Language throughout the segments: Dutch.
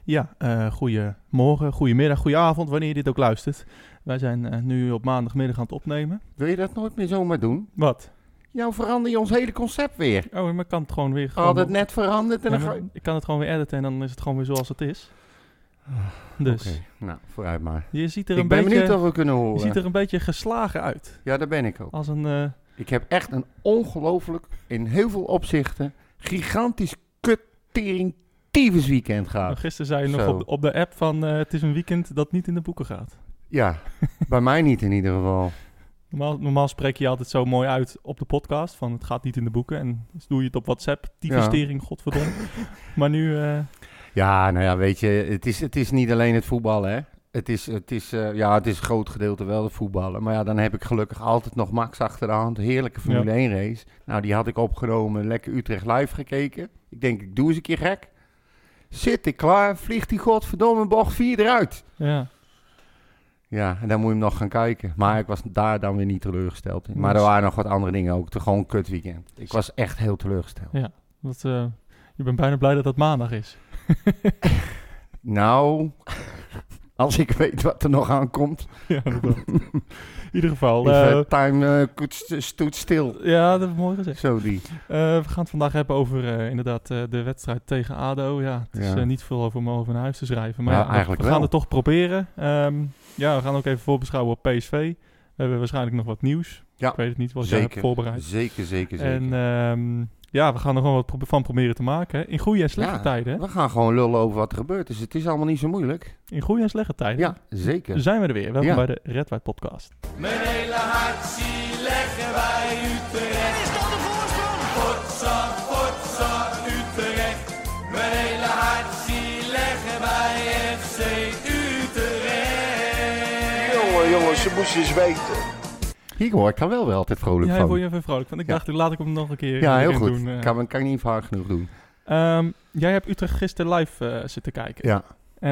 Ja, goedemorgen, goedemiddag, goedenavond, wanneer je dit ook luistert. Wij zijn nu op maandagmiddag aan het opnemen. Wil je dat nooit meer zomaar doen? Wat? Nou, verander je ons hele concept weer. Oh, maar ik kan het gewoon weer... We hadden het net veranderd en Ja, dan ga maar ik kan het gewoon weer editen en dan is het gewoon weer zoals het is. Dus, Oké, nou, vooruit maar. je ziet er Ik een ben benieuwd beetje... of we kunnen Je horen. ziet er een beetje geslagen uit. Ja, daar ben ik ook. Als een... Ik heb echt een ongelooflijk, in heel veel opzichten, gigantisch kuttering tyfus weekend gehad. Gisteren zei je Zo. nog op de app van het is een weekend dat niet in de boeken gaat. Ja, bij mij niet in ieder geval. Normaal spreek je altijd zo mooi uit op de podcast van het gaat niet in de boeken. En dus doe je het op WhatsApp, tyfustering, godverdomme. Maar nu... Ja, nou ja, weet je, het is niet alleen het voetballen, hè. Het is een groot gedeelte wel het voetballen. Maar ja, dan heb ik gelukkig altijd nog Max achter de hand. Heerlijke Formule 1 race. Nou, die had ik opgenomen, lekker Utrecht live gekeken. Ik denk, ik doe eens een keer gek. Zit ik klaar, vliegt die godverdomme bocht 4 eruit. Ja. Ja, en dan moet je hem nog gaan kijken. Maar ik was daar dan weer niet teleurgesteld in. Maar er waren nog wat andere dingen ook. Gewoon een kut weekend. Ik was echt heel teleurgesteld. Ja, je bent bijna blij dat het maandag is. Nou, als ik weet wat er nog aankomt. Ja, inderdaad. In ieder geval. Time stoet stil. Ja, dat is mooi gezegd. Zo die. We gaan het vandaag hebben over inderdaad de wedstrijd tegen ADO. Ja, het is niet veel over om over naar huis te schrijven. Maar Ja, eigenlijk we gaan wel. het toch proberen. We gaan ook even voorbeschouwen op PSV. We hebben waarschijnlijk nog wat nieuws. Ja, ik weet het niet wat jij hebt voorbereid. Zeker. En we gaan er gewoon wat van proberen te maken. Hè? In goede en slechte tijden. Hè? We gaan gewoon lullen over wat er gebeurt. Dus het is allemaal niet zo moeilijk. In goede en slechte tijden. Ja, zeker. Zijn we er weer. Welkom bij de Red White Podcast. Mijn hele hart leggen wij Utrecht. Is dat de voorsprong? Potsa, Utrecht. Mijn hele hart leggen wij FC Utrecht. Jongens, ze moesten eens weten. Hier hoor ik kan wel altijd vrolijk Ja, van. word je even vrolijk van. Ik dacht, laat ik hem nog een keer Ja, heel erin goed. doen. Kan ik niet vaak genoeg doen. Jij hebt Utrecht gisteren live zitten kijken. Ja,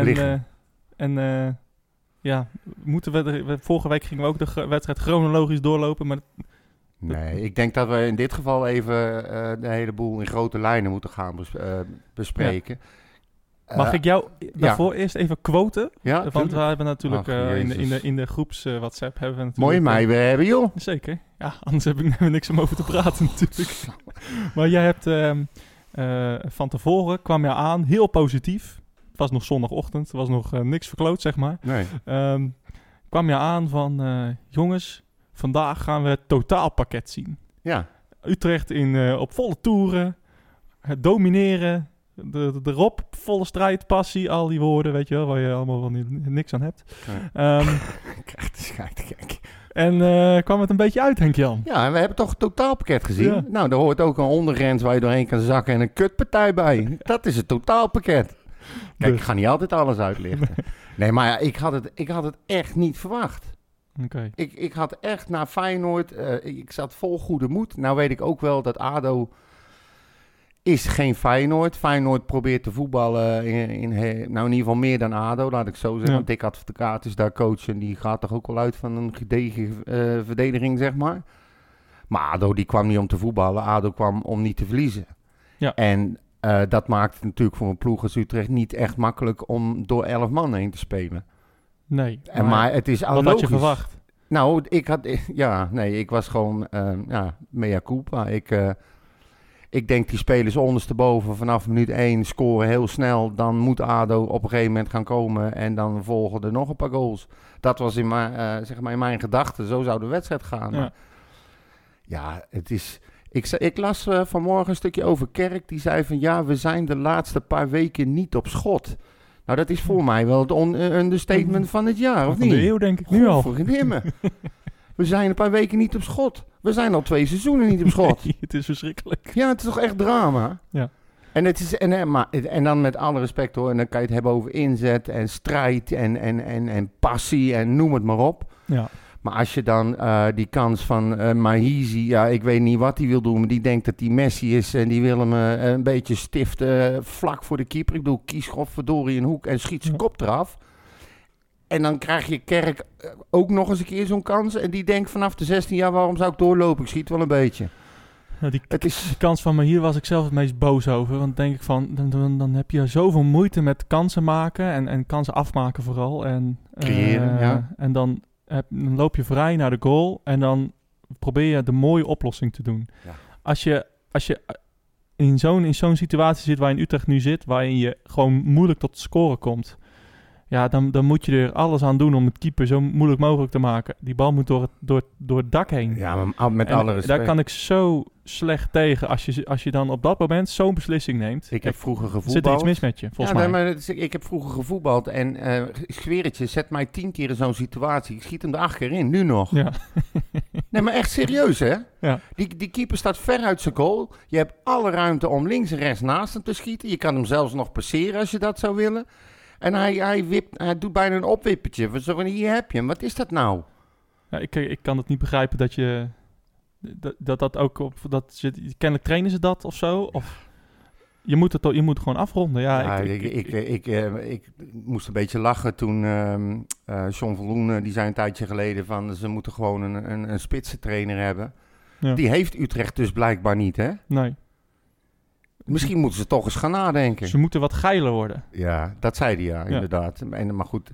moeten we vorige week gingen we ook de wedstrijd chronologisch doorlopen, maar nee, ik denk dat we in dit geval even de hele boel in grote lijnen moeten gaan bespreken. Mag ik jou daarvoor eerst even quoten? Ja, Want we hebben natuurlijk Jezus. in de groeps WhatsApp hebben we natuurlijk... Mooie mei weer hebben, joh. Zeker. Ja, anders heb ik niks om over te praten natuurlijk. Maar jij hebt van tevoren kwam je aan, heel positief. Het was nog zondagochtend, er was nog niks verkloot, zeg maar. Nee. Kwam je aan van, jongens, vandaag gaan we het totaalpakket zien. Ja. Utrecht op volle toeren, het domineren, de Rob, volle strijd, passie, al die woorden, weet je wel, waar je allemaal wel niks aan hebt. Ja. Ik krijg de schijt, kijk. En kwam het een beetje uit, Henk-Jan? Ja, en we hebben toch het totaalpakket gezien? Ja. Nou, daar hoort ook een ondergrens waar je doorheen kan zakken en een kutpartij bij. Dat is het totaalpakket. Kijk, ik ga niet altijd alles uitlichten. Nee, maar ja, ik had het echt niet verwacht. Oké. Ik had echt naar Feyenoord, ik zat vol goede moed. Nou weet ik ook wel dat ADO is geen Feyenoord. Feyenoord probeert te voetballen in ieder geval meer dan ADO, laat ik zo zeggen. Ja. Dick Advocaat is daar coach en die gaat toch ook wel uit van een gedegen verdediging, zeg maar. Maar ADO die kwam niet om te voetballen, ADO kwam om niet te verliezen. Ja. En dat maakt het natuurlijk voor een ploeg als Utrecht niet echt makkelijk om door 11 man heen te spelen. Nee. Maar het is wat logisch. had je verwacht? Nou, ik was gewoon mea culpa. Ik denk die spelers ondersteboven vanaf minuut 1 scoren heel snel. Dan moet ADO op een gegeven moment gaan komen en dan volgen er nog een paar goals. Dat was in mijn gedachten. Zo zou de wedstrijd gaan. Ja. Maar, ja, het is... Ik las vanmorgen een stukje over Kerk. Die zei van ja, we zijn de laatste paar weken niet op schot. Nou, dat is voor mij wel het understatement van het jaar, of Van niet? de eeuw denk ik nu al. Godverdomme. We zijn een paar weken niet op schot. We zijn al 2 seizoenen niet op schot. Nee, het is verschrikkelijk. Ja, het is toch echt drama? Ja. En, het is, en dan met alle respect hoor, en dan kan je het hebben over inzet en strijd en passie en noem het maar op. Ja. Maar als je dan die kans van Mahizi, ja, ik weet niet wat hij wil doen, maar die denkt dat hij Messi is en die wil hem een beetje stiften vlak voor de keeper. Ik bedoel, kies godverdorie een hoek en schiet zijn kop eraf. En dan krijg je Kerk ook nog eens een keer zo'n kans en die denkt vanaf de 16 jaar, waarom zou ik doorlopen? Ik schiet wel een beetje. Ja, die Het is... kans van hier was ik zelf het meest boos over. Want denk ik van, dan heb je zoveel moeite met kansen maken en kansen afmaken vooral. En, Creëren, ja. En dan loop je vrij naar de goal en dan probeer je de mooie oplossing te doen. Ja. Als je in zo'n situatie zit waar je in Utrecht nu zit, waarin je gewoon moeilijk tot scoren komt, ja, dan moet je er alles aan doen om het keeper zo moeilijk mogelijk te maken. Die bal moet door het dak heen. Ja, maar met alle respect. Daar kan ik zo slecht tegen als je dan op dat moment zo'n beslissing neemt. Ik heb vroeger gevoetbald. Zit er iets mis met je, volgens mij. Nee, maar ik heb vroeger gevoetbald en ik zweer het je, zet mij 10 keer in zo'n situatie. Ik schiet hem er 8 keer in, nu nog. Ja. Nee, maar echt serieus, hè? Ja. Die keeper staat ver uit zijn goal. Je hebt alle ruimte om links en rechts naast hem te schieten. Je kan hem zelfs nog passeren als je dat zou willen. En hij doet bijna een opwippertje. Zo van, hier heb je hem. Wat is dat nou? Ja, ik kan het niet begrijpen dat je... Dat ook op... Kennelijk trainen ze dat of zo. Of je moet gewoon afronden. Ja, ik moest een beetje lachen toen John van Loen, die zei een tijdje geleden van... ze moeten gewoon een spitsentrainer hebben. Ja. Die heeft Utrecht dus blijkbaar niet, hè? Nee. Misschien moeten ze toch eens gaan nadenken. Ze moeten wat geiler worden. Ja, dat zei hij, ja, inderdaad. Maar goed,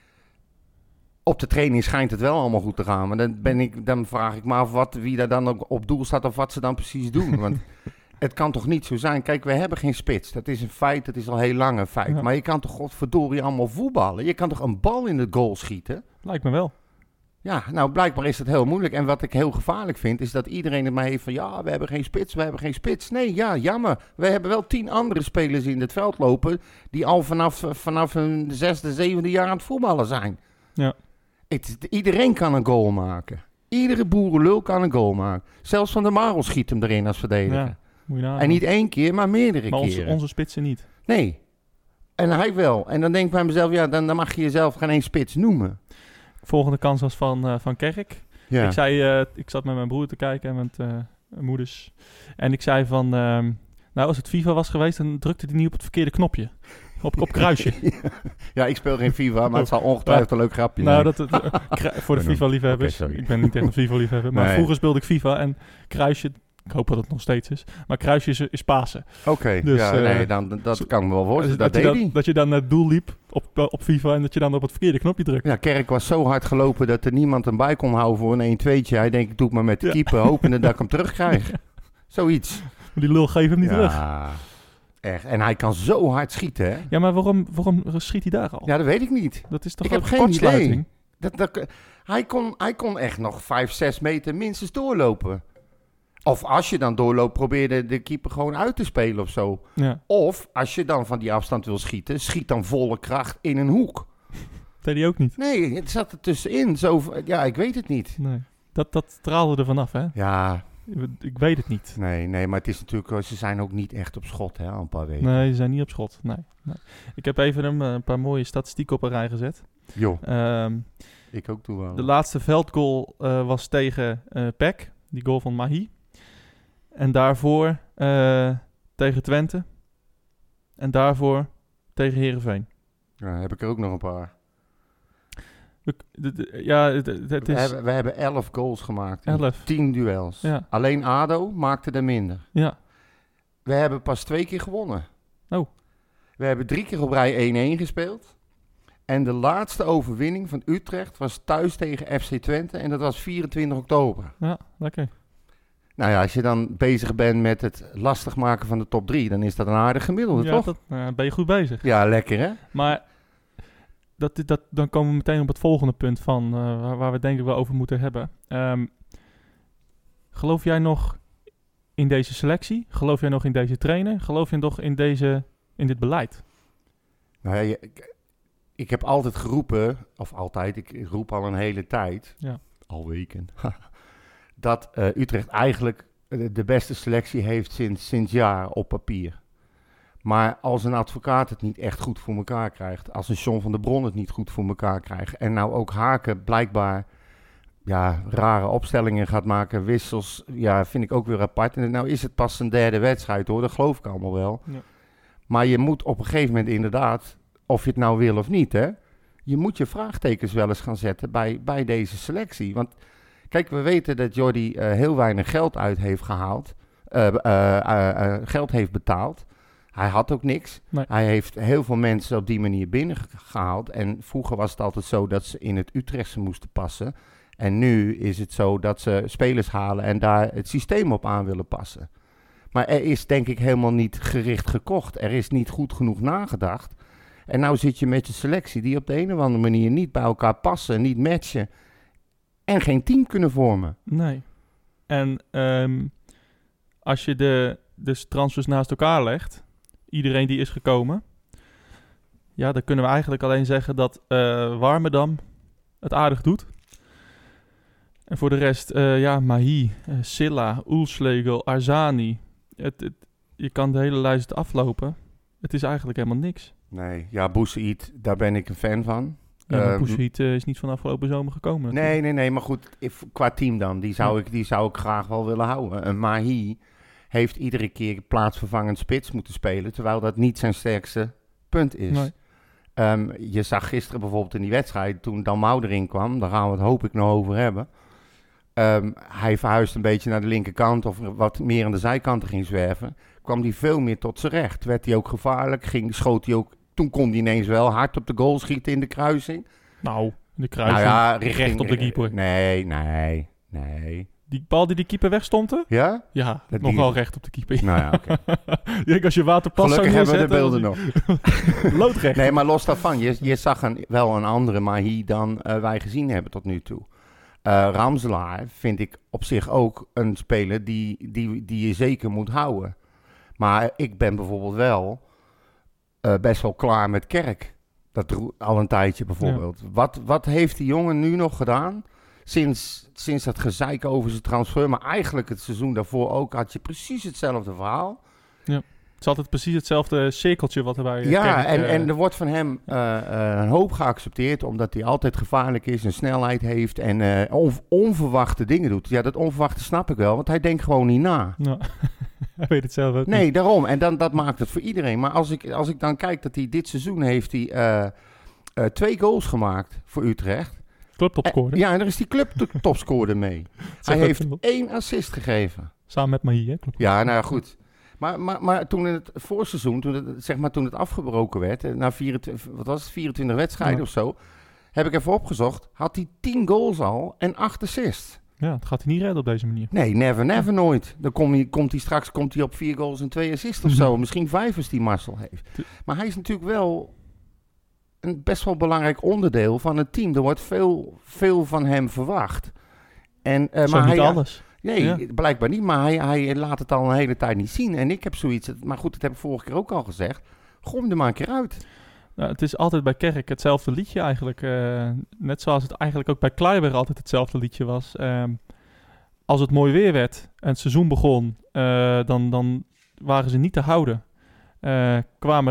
op de training schijnt het wel allemaal goed te gaan. Maar dan vraag ik me af wie daar dan ook op doel staat of wat ze dan precies doen. Want het kan toch niet zo zijn. Kijk, we hebben geen spits. Dat is een feit, dat is al heel lang een feit. Ja. Maar je kan toch godverdorie allemaal voetballen? Je kan toch een bal in de goal schieten? Lijkt me wel. Ja, nou blijkbaar is dat heel moeilijk. En wat ik heel gevaarlijk vind, is dat iedereen het maar heeft van... ja, we hebben geen spits. Nee, ja, jammer. We hebben wel 10 andere spelers in het veld lopen... die al vanaf hun 6e, 7e jaar aan het voetballen zijn. Ja. Iedereen kan een goal maken. Iedere boerenlul kan een goal maken. Zelfs Van der Marel schiet hem erin als verdediger. Ja, moet je nagaan. En niet 1 keer, maar meerdere maar keren. onze spitsen niet. Nee. En hij wel. En dan denk ik bij mezelf... ja, dan mag je jezelf geen 1 spits noemen. Volgende kans was van Kerk. Ja. Ik zei, ik zat met mijn broer te kijken en met moeders. En ik zei van, nou als het FIFA was geweest, dan drukte hij niet op het verkeerde knopje. Op kruisje. Ja, ik speel geen FIFA, maar het zal ongetwijfeld een leuk grapje nou, zijn. Voor de FIFA-liefhebbers. Okay, ik ben niet echt een FIFA-liefhebber. Maar Nee. vroeger speelde ik FIFA en kruisje... Ik hoop dat het nog steeds is. Maar kruisje is Pasen. Oké, Dus, ja, nee, dat kan ik me wel voorstellen. Dat deed hij. Dat je dan naar het doel liep op FIFA en dat je dan op het verkeerde knopje drukt. Ja, Kerk was zo hard gelopen dat er niemand hem bij kon houden voor een 1-2'tje. Hij denkt, ik doe het maar met de keeper, hopende dat ik hem terugkrijg. Zoiets. Maar die lul geeft hem niet terug. Ja, echt. En hij kan zo hard schieten, hè? Ja, maar waarom schiet hij daar al? Ja, dat weet ik niet. Dat is toch Ik ook heb geen kortsluiting? idee. Hij kon echt nog 5-6 meter minstens doorlopen. Of als je dan doorloopt, probeer de keeper gewoon uit te spelen of zo. Ja. Of als je dan van die afstand wil schieten, schiet dan volle kracht in een hoek. Dat deed hij ook niet. Nee, het zat er tussenin. Zo, ja, ik weet het niet. Nee. Dat straalde er vanaf, hè? Ja, Ik weet het niet. nee, maar het is natuurlijk, ze zijn ook niet echt op schot, hè, al een paar weken. Nee, ze zijn niet op schot. Nee. Ik heb even een paar mooie statistieken op een rij gezet. Joh, ik ook toen wel. De laatste veldgoal was tegen PEC. Die goal van Mahi. En daarvoor tegen Twente. En daarvoor tegen Heerenveen. Ja, heb ik er ook nog een paar. We hebben 11 goals gemaakt. 11. 10 duels. Ja. Alleen ADO maakte er minder. Ja. We hebben pas 2 keer gewonnen. Oh. We hebben 3 keer op rij 1-1 gespeeld. En de laatste overwinning van Utrecht was thuis tegen FC Twente. En dat was 24 oktober. Ja, lekker. Nou ja, als je dan bezig bent met het lastig maken van de top 3, dan is dat een aardig gemiddelde, toch? Ben je goed bezig. Ja, lekker hè? Maar dan komen we meteen op het volgende punt van waar we het denk ik wel over moeten hebben. Geloof jij nog in deze selectie? Geloof jij nog in deze trainer? Geloof je nog in dit beleid? Nou ja, ik heb altijd geroepen, ik roep al een hele tijd, al weken, dat Utrecht eigenlijk de beste selectie heeft sinds jaar op papier. Maar als een advocaat het niet echt goed voor elkaar krijgt, als een John van der Bron het niet goed voor elkaar krijgt, en nou ook Haken blijkbaar rare opstellingen gaat maken, wissels, vind ik ook weer apart. En nou is het pas zijn 3e wedstrijd hoor, dat geloof ik allemaal wel. Ja. Maar je moet op een gegeven moment inderdaad, of je het nou wil of niet, hè, je moet je vraagtekens wel eens gaan zetten bij deze selectie. Want kijk, we weten dat Jordi heel weinig geld uit heeft gehaald geld heeft betaald. Hij had ook niks. Nee. Hij heeft heel veel mensen op die manier binnengehaald. En vroeger was het altijd zo dat ze in het Utrechtse moesten passen. En nu is het zo dat ze spelers halen en daar het systeem op aan willen passen. Maar er is denk ik helemaal niet gericht gekocht. Er is niet goed genoeg nagedacht. En nou zit je met je selectie die op de een of andere manier niet bij elkaar passen, niet matchen. En geen team kunnen vormen. Nee. En als je de transfers naast elkaar legt, iedereen die is gekomen, ja, dan kunnen we eigenlijk alleen zeggen dat Warmerdam het aardig doet. En voor de rest, Mahi, Silla, Oelslegel, Arzani. Je kan de hele lijst aflopen. Het is eigenlijk helemaal niks. Nee, ja, Boussaïd, daar ben ik een fan van. Ja, Boussaïd is niet van afgelopen zomer gekomen. Nee, maar goed, qua team dan, die zou ik graag wel willen houden. Een Mahi heeft iedere keer plaatsvervangend spits moeten spelen, terwijl dat niet zijn sterkste punt is. Nee. Je zag gisteren bijvoorbeeld in die wedstrijd, toen Dalmau erin kwam, daar gaan we het hoop ik nog over hebben. Hij verhuisde een beetje naar de linkerkant of wat meer aan de zijkanten ging zwerven. Kwam hij veel meer tot zijn recht. Werd hij ook gevaarlijk, schoot hij ook. Toen kon hij ineens wel hard op de goal schieten in de kruising. Nou, in de kruising, recht op de keeper. Nee. Die bal die de keeper wegstompte? Ja? Ja, nogal recht op de keeper. Nou ja, oké. Ik denk als je waterpas zou gelukkig neerzetten... hebben we de beelden nog. Loodrecht. Nee, maar los daarvan. Je zag wel een andere Mahi dan wij gezien hebben tot nu toe. Ramselaar vind ik op zich ook een speler die je zeker moet houden. Maar ik ben bijvoorbeeld wel best wel klaar met Kerk. Dat al een tijdje bijvoorbeeld. Ja. Wat heeft die jongen nu nog gedaan? Sinds dat gezeik over zijn transfer, maar eigenlijk het seizoen daarvoor ook, had je precies hetzelfde verhaal. Ja. Het is altijd precies hetzelfde cirkeltje wat erbij... Ja, en er wordt van hem een hoop geaccepteerd, omdat hij altijd gevaarlijk is, een snelheid heeft en onverwachte dingen doet. Ja, dat onverwachte snap ik wel, want hij denkt gewoon niet na. Ja. Hij weet het zelf ook Nee, niet. daarom. En dat maakt het voor iedereen. Maar als ik dan kijk dat hij dit seizoen heeft hij 2 goals gemaakt voor Utrecht. Clubtopscorer. Ja, en daar is die clubtopscorer mee. Hij heeft 1 assist gegeven. Samen met Mahi, hè? Klopt. Ja, nou ja, goed. Maar toen in het voorseizoen, toen het afgebroken werd, na 24 wedstrijden of zo, heb ik even opgezocht, had hij 10 goals al en 8 assists. Ja, dat gaat hij niet redden op deze manier. Nee, never nooit. Dan komt hij straks op 4 goals en 2 assists of zo. Misschien 5 als die Marcel heeft. Maar hij is natuurlijk wel een best wel belangrijk onderdeel van het team. Er wordt veel van hem verwacht. Maar niet alles. Nee, blijkbaar niet. Maar hij laat het al een hele tijd niet zien. En ik heb zoiets... Maar goed, dat heb ik vorige keer ook al gezegd. Gooi hem er maar een keer uit. Nou, het is altijd bij Kerk hetzelfde liedje eigenlijk. Net zoals het eigenlijk ook bij Kleiber altijd hetzelfde liedje was. Als het mooi weer werd en het seizoen begon, dan waren ze niet te houden. Kwamen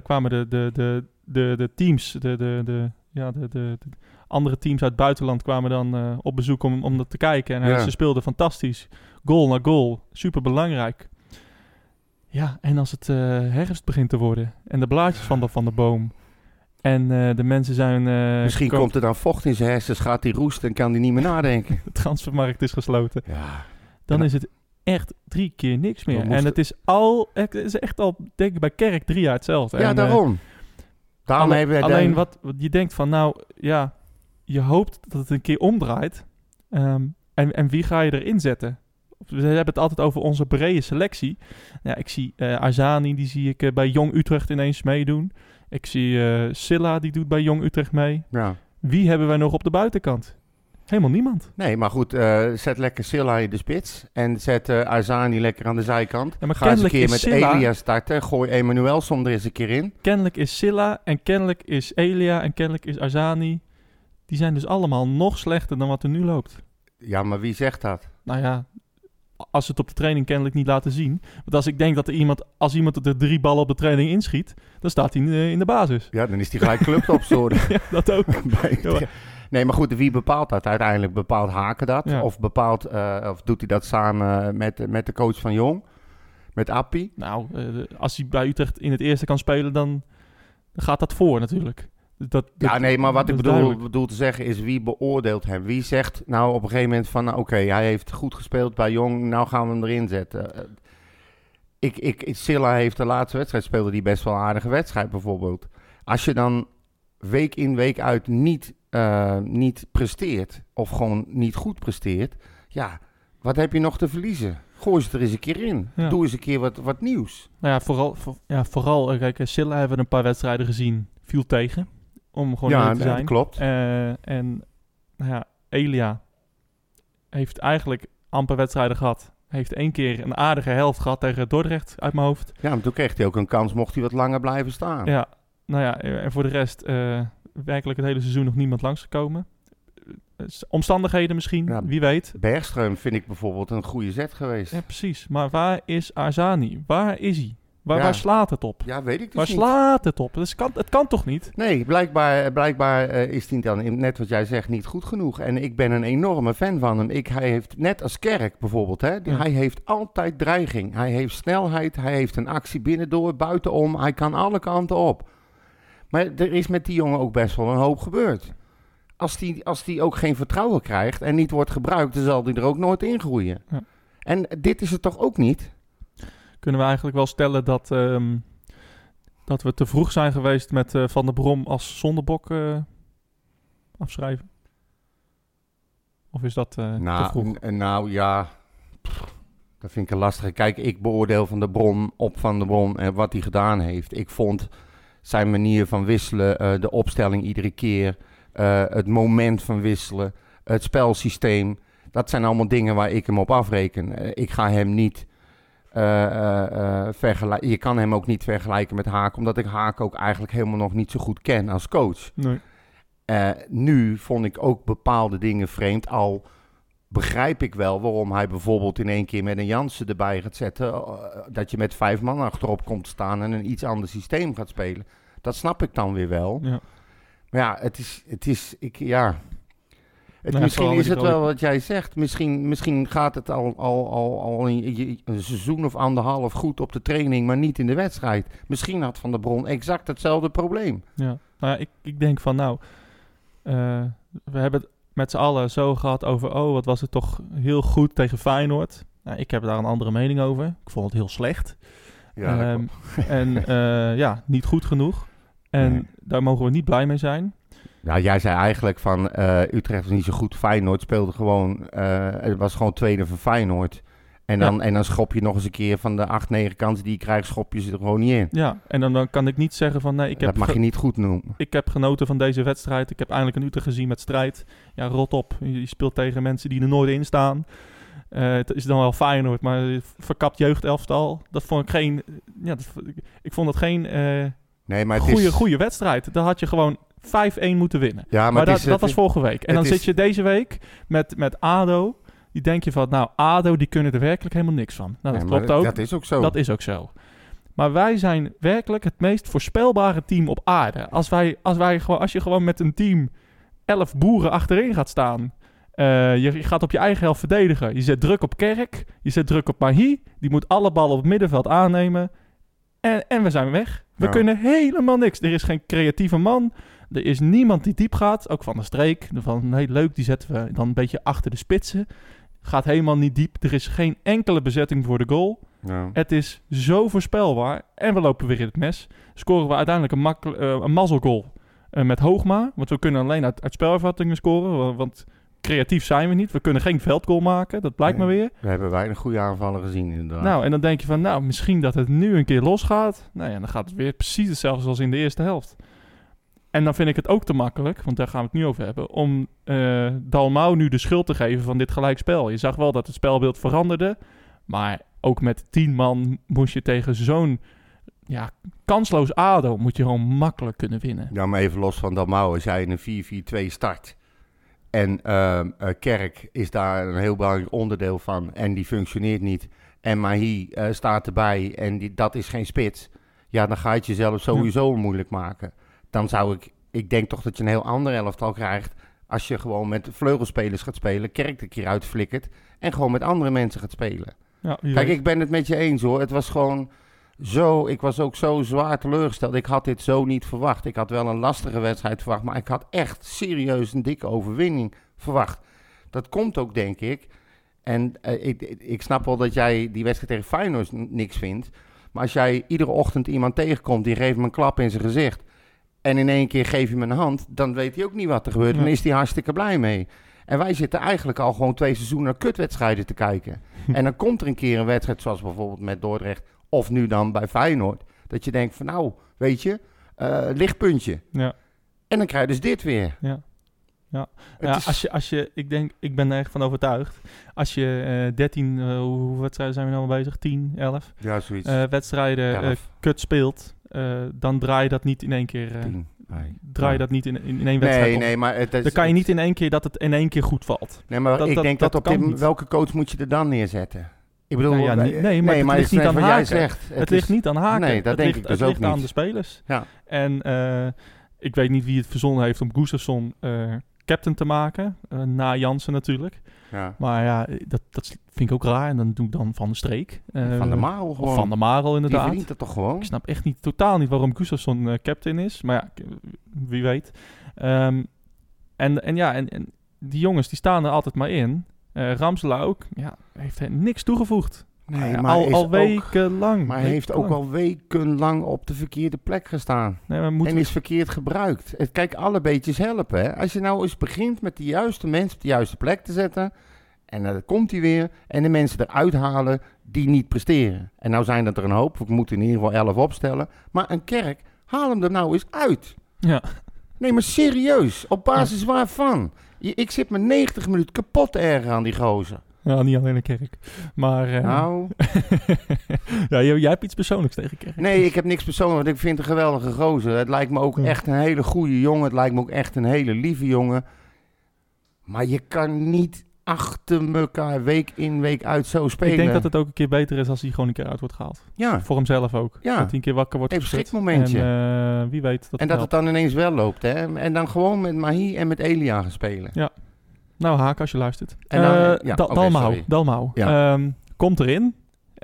de teams, de andere teams uit het buitenland kwamen dan op bezoek om dat te kijken. En ze speelden fantastisch. Goal na goal. Super belangrijk. Ja, en als het herfst begint te worden en de blaadjes van de boom en de mensen zijn... Misschien komt er dan vocht in zijn hersens, gaat hij roesten en kan hij niet meer nadenken. De transfermarkt is gesloten. Ja. Dan is het echt 3 keer niks meer. En het is echt al, denk ik, bij Kerk 3 jaar hetzelfde. Ja, daarom. Alleen wat je denkt van, nou ja, je hoopt dat het een keer omdraait. En wie ga je erin zetten? We hebben het altijd over onze brede selectie. Ja, ik zie Arzani, die zie ik bij Jong Utrecht ineens meedoen. Ik zie Silla, die doet bij Jong Utrecht mee. Ja. Wie hebben wij nog op de buitenkant? Helemaal niemand. Nee, maar goed, zet lekker Silla in de spits. En zet Arzani lekker aan de zijkant. Ja, maar ga eens een keer met Silla, Elia starten. Gooi Emanuelson er eens een keer in. Kennelijk is Silla en kennelijk is Elia en kennelijk is Arzani. Die zijn dus allemaal nog slechter dan wat er nu loopt. Ja, maar wie zegt dat? Nou ja, als ze het op de training kennelijk niet laten zien. Want als ik denk dat als iemand er 3 ballen op de training inschiet, dan staat hij in de basis. Ja, dan is hij gelijk clubtopscorer. Ja, dat ook. Nee, maar goed, wie bepaalt dat? Uiteindelijk bepaalt Haken dat. Ja. Of doet hij dat samen met de coach van Jong? Met Appie? Nou, als hij bij Utrecht in het eerste kan spelen, dan gaat dat voor natuurlijk. Maar wat ik bedoel te zeggen is, wie beoordeelt hem? Wie zegt nou op een gegeven moment van, oké, hij heeft goed gespeeld bij Jong, nou gaan we hem erin zetten. Silla heeft de laatste wedstrijd, speelde die best wel een aardige wedstrijd bijvoorbeeld. Als je dan week in, week uit niet presteert, of gewoon niet goed presteert, ja, wat heb je nog te verliezen? Gooi ze er eens een keer in. Ja. Doe eens een keer wat nieuws. Nou ja, vooral kijk, Silla hebben we een paar wedstrijden gezien. Viel tegen, om gewoon eerlijk te zijn. Ja, klopt. En nou ja, Elia heeft eigenlijk amper wedstrijden gehad. Heeft 1 keer een aardige helft gehad tegen Dordrecht uit mijn hoofd. Ja, maar toen kreeg hij ook een kans, mocht hij wat langer blijven staan. Ja, nou ja, en voor de rest werkelijk het hele seizoen nog niemand langsgekomen. Omstandigheden misschien, Ja. wie weet. Bergström vind ik bijvoorbeeld een goede zet geweest. Ja, precies. Maar waar is Arzani? Waar is hij? Ja. Waar slaat het op? Ja, weet ik dus Waar niet. slaat het op? Het kan toch niet? Nee, blijkbaar is hij dan, net wat jij zegt, niet goed genoeg. En ik ben een enorme fan van hem. Hij heeft, net als Kerk bijvoorbeeld, hè, hij heeft altijd dreiging. Hij heeft snelheid, hij heeft een actie binnendoor, buitenom. Hij kan alle kanten op. Maar er is met die jongen ook best wel een hoop gebeurd. Als die ook geen vertrouwen krijgt en niet wordt gebruikt, dan zal hij er ook nooit in groeien. Ja. En dit is het toch ook niet? Kunnen we eigenlijk wel stellen dat we te vroeg zijn geweest met Van der Brom als zondebok afschrijven? Of is dat te vroeg? Nou ja, dat vind ik een lastige. Kijk, ik beoordeel Van der Brom en wat hij gedaan heeft. Ik vond zijn manier van wisselen, de opstelling iedere keer, het moment van wisselen, het spelsysteem. Dat zijn allemaal dingen waar ik hem op afreken. Ik ga hem niet vergelijken. Je kan hem ook niet vergelijken met Haak, omdat ik Haak ook eigenlijk helemaal nog niet zo goed ken als coach. Nee. Nu vond ik ook bepaalde dingen vreemd. Al begrijp ik wel waarom hij bijvoorbeeld in 1 keer met een Jansen erbij gaat zetten. Dat je met 5 man achterop komt te staan en een iets ander systeem gaat spelen. Dat snap ik dan weer wel. Ja. Maar ja, misschien vooral is die het wel wat jij zegt. Misschien gaat het al een seizoen of 1,5 goed op de training, maar niet in de wedstrijd. Misschien had Van der Brom exact hetzelfde probleem. Ja. Nou ja, ik denk van we hebben het met z'n allen zo gehad over, wat was het toch heel goed tegen Feyenoord. Nou, ik heb daar een andere mening over. Ik vond het heel slecht. Ja, En niet goed genoeg. En Nee. daar mogen we niet blij mee zijn. Nou, jij zei eigenlijk van Utrecht was niet zo goed. Feyenoord speelde gewoon, het was gewoon tweede van Feyenoord. En dan schop je nog eens een keer van de 8-9 kansen die je krijgt, schop je ze er gewoon niet in. Ja, en dan kan ik niet zeggen van nee, Dat mag je niet goed noemen. ik heb genoten van deze wedstrijd. Ik heb eindelijk een Utrecht gezien met strijd. Ja, rot op. Je speelt tegen mensen die er nooit in staan. Het is dan wel Feyenoord, maar verkapt jeugdelftal. Dat vond ik geen... Ja, ik vond dat geen Nee, maar het goede wedstrijd. Daar had je gewoon 5-1 moeten winnen. Ja, maar dat was vorige week. En dan zit je deze week met ADO. Die denk je van, nou, ADO, die kunnen er werkelijk helemaal niks van. Nou, dat klopt ook. Dat is ook zo. Dat is ook zo. Maar wij zijn werkelijk het meest voorspelbare team op aarde. Als je gewoon met een team 11 boeren achterin gaat staan. Je gaat op je eigen helft verdedigen. Je zet druk op Kerk. Je zet druk op Mahi. Die moet alle ballen op het middenveld aannemen. En we zijn weg. We kunnen helemaal niks. Er is geen creatieve man. Er is niemand die diep gaat. Ook Van der Streek. Van, nee, leuk, die zetten we dan een beetje achter de spitsen. Gaat helemaal niet diep. Er is geen enkele bezetting voor de goal. Ja. Het is zo voorspelbaar. En we lopen weer in het mes. Scoren we uiteindelijk een mazzelgoal met Hoogma. Want we kunnen alleen uit spelervattingen scoren. Want creatief zijn we niet. We kunnen geen veldgoal maken. Dat blijkt maar weer. We hebben weinig goede aanvallen gezien inderdaad. Nou, en dan denk je van, misschien dat het nu een keer losgaat. Nou ja, dan gaat het weer precies hetzelfde als in de eerste helft. En dan vind ik het ook te makkelijk, want daar gaan we het nu over hebben, om Dalmau nu de schuld te geven van dit gelijkspel. Je zag wel dat het spelbeeld veranderde, maar ook met 10 man moest je tegen zo'n kansloos ADO moet je gewoon makkelijk kunnen winnen. Ja, maar even los van Dalmau, als jij in een 4-4-2 start en Kerk is daar een heel belangrijk onderdeel van en die functioneert niet en Mahi staat erbij en dat is geen spits, ja, dan ga je het jezelf sowieso moeilijk maken. Dan zou ik denk toch dat je een heel ander elftal krijgt als je gewoon met vleugelspelers gaat spelen, Kerk een keer uitflikkert en gewoon met andere mensen gaat spelen. Ja, kijk, ik ben het met je eens hoor. Het was gewoon zo, ik was ook zo zwaar teleurgesteld. Ik had dit zo niet verwacht. Ik had wel een lastige wedstrijd verwacht, maar ik had echt serieus een dikke overwinning verwacht. Dat komt ook, denk ik. En ik snap wel dat jij die wedstrijd tegen Feyenoord niks vindt. Maar als jij iedere ochtend iemand tegenkomt, die geeft hem een klap in zijn gezicht. En in één keer geef je hem een hand, dan weet hij ook niet wat er gebeurt. Dan is hij hartstikke blij mee. En wij zitten eigenlijk al gewoon 2 seizoenen naar kutwedstrijden te kijken. En dan komt er een keer een wedstrijd, zoals bijvoorbeeld met Dordrecht, of nu dan bij Feyenoord. Dat je denkt van nou, weet je, lichtpuntje. Ja. En dan krijg je dus dit weer. Ja. Ja, Is... ik ben er echt van overtuigd. Als je 13, hoeveel wedstrijden zijn we nou al bezig? 10, 11? Ja, zoiets. Wedstrijden kut speelt, dan draai je dat niet in één keer. 10. Draai je dat niet in één wedstrijd. Nee, maar dan kan je niet in één keer dat het in één keer goed valt. Nee, maar ik denk dat op dit, welke coach moet je er dan neerzetten? Ik bedoel, maar het ligt niet aan Haken. Jij zegt, het ligt niet aan Haken. Nee, dat denk ik dus ook niet. Het ligt aan de spelers. Ja. En ik weet niet wie het verzonnen heeft om Gustafsson captain te maken. Na Jansen natuurlijk. Ja. Maar ja, dat vind ik ook raar. En dan doe ik dan Van der Streek. Van der Marel gewoon. Of Van der Marel inderdaad. Die verdient het toch gewoon? Ik snap echt totaal niet waarom Gustafsson captain is. Maar ja, wie weet. En die jongens die staan er altijd maar in. Ramselaar ook. Ja, heeft niks toegevoegd. Nee, maar al wekenlang. Maar hij heeft ook al wekenlang op de verkeerde plek gestaan. Nee, maar en is verkeerd gebruikt. Kijk, alle beetjes helpen. Hè? Als je nou eens begint met de juiste mensen op de juiste plek te zetten. En dan komt hij weer. En de mensen eruit halen die niet presteren. En nou zijn dat er een hoop. We moeten in ieder geval 11 opstellen. Maar een Kerk, haal hem er nou eens uit. Ja. Nee, maar serieus. Op basis waarvan? Ik zit me 90 minuten kapot te ergeren aan die gozer. Ja, niet alleen een Kerk. Maar... nou... ja, jij hebt iets persoonlijks tegen Kerk. Nee, ik heb niks persoonlijks, want ik vind het een geweldige gozer. Het lijkt me ook echt een hele goede jongen. Het lijkt me ook echt een hele lieve jongen. Maar je kan niet achter elkaar week in, week uit zo spelen. Ik denk dat het ook een keer beter is als hij gewoon een keer uit wordt gehaald. Ja. Voor hemzelf ook. Ja. Dat hij een keer wakker wordt even geschud. schrikmomentje. En wie weet dat. En dat het dan ineens wel loopt, hè. En dan gewoon met Mahi en met Elia gaan spelen. Ja. Nou, Haak, als je luistert. En dan, Dalmau. Ja. Komt erin.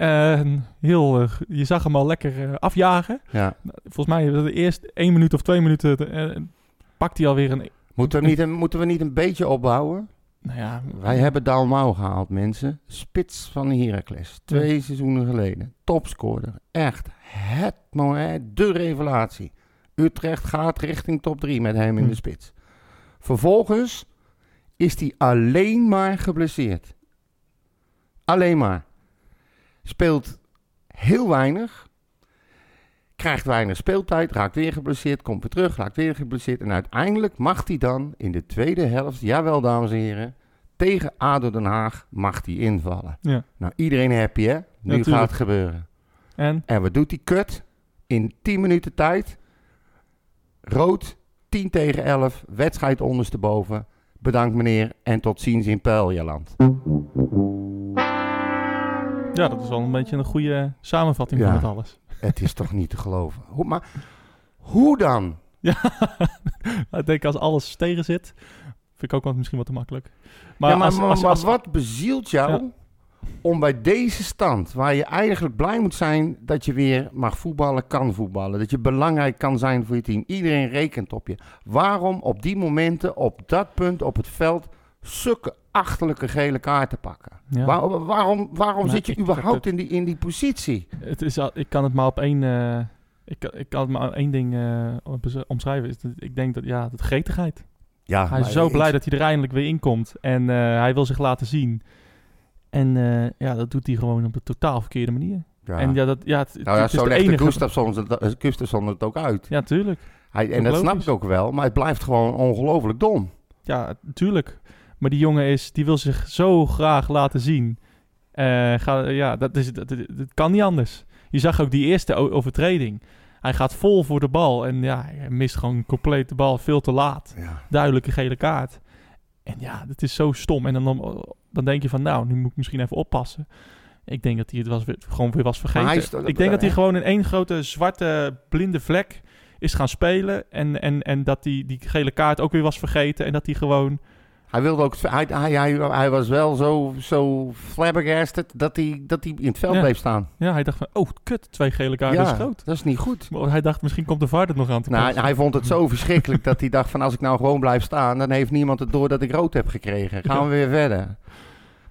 Je zag hem al lekker afjagen. Ja. Volgens mij de eerste 1 minuut of 2 minuten pakt hij alweer een... Moeten we niet een beetje opbouwen? Nou ja, wij hebben Dalmau gehaald, mensen. Spits van Heracles. 2 seizoenen geleden. Topscorer. Echt het moment, de revelatie. Utrecht gaat richting top 3 met hem in de spits. Vervolgens is hij alleen maar geblesseerd. Alleen maar. Speelt heel weinig. Krijgt weinig speeltijd. Raakt weer geblesseerd. Komt weer terug. Raakt weer geblesseerd. En uiteindelijk mag hij dan in de tweede helft, jawel dames en heren, tegen ADO Den Haag mag hij invallen. Ja. Nou, iedereen happy hè? Nu gaat het gebeuren. En wat doet die kut? In 10 minuten tijd. Rood. 10 tegen 11. Wedstrijd ondersteboven. Bedankt meneer en tot ziens in Peljaland. Ja, dat is wel een beetje een goede samenvatting van het alles. Het is toch niet te geloven. Hoe dan? Ja, ik denk als alles tegen zit, vind ik ook wel misschien wat te makkelijk. Maar, maar wat bezielt jou om bij deze stand, waar je eigenlijk blij moet zijn dat je weer mag voetballen, kan voetballen, dat je belangrijk kan zijn voor je team, iedereen rekent op je. Waarom op die momenten, op dat punt, op het veld, zulke achterlijke gele kaarten pakken? Ja. Waarom zit je überhaupt in die positie? Ik kan het maar op één... Ik kan het maar één ding omschrijven. Ik denk dat, dat gretigheid. Ja, hij is zo blij dat hij er eindelijk weer in komt. En hij wil zich laten zien. En dat doet hij gewoon op de totaal verkeerde manier. Ja. En zo legt de Gustafsson het ook uit. Ja, tuurlijk. En dat snap ik ook wel. Maar het blijft gewoon ongelooflijk dom. Ja, tuurlijk. Maar die jongen die wil zich zo graag laten zien. Dat kan niet anders. Je zag ook die eerste overtreding. Hij gaat vol voor de bal. En hij mist gewoon compleet de bal veel te laat. Ja. Duidelijke gele kaart. En dat is zo stom. En dan denk je van, nu moet ik misschien even oppassen. Ik denk dat hij het gewoon weer was vergeten. Ik denk dat hij gewoon in één grote zwarte blinde vlek is gaan spelen. En dat die gele kaart ook weer was vergeten. En dat hij gewoon... Hij wilde ook. Hij was wel zo flabbergasted dat hij in het veld bleef staan. Ja, hij dacht van, 2 gele kaarten is groot. Dat is niet goed. Maar hij dacht, misschien komt de VAR er nog aan te passen. Hij vond het zo verschrikkelijk dat hij dacht van, als ik nou gewoon blijf staan, dan heeft niemand het door dat ik rood heb gekregen. Gaan we weer verder.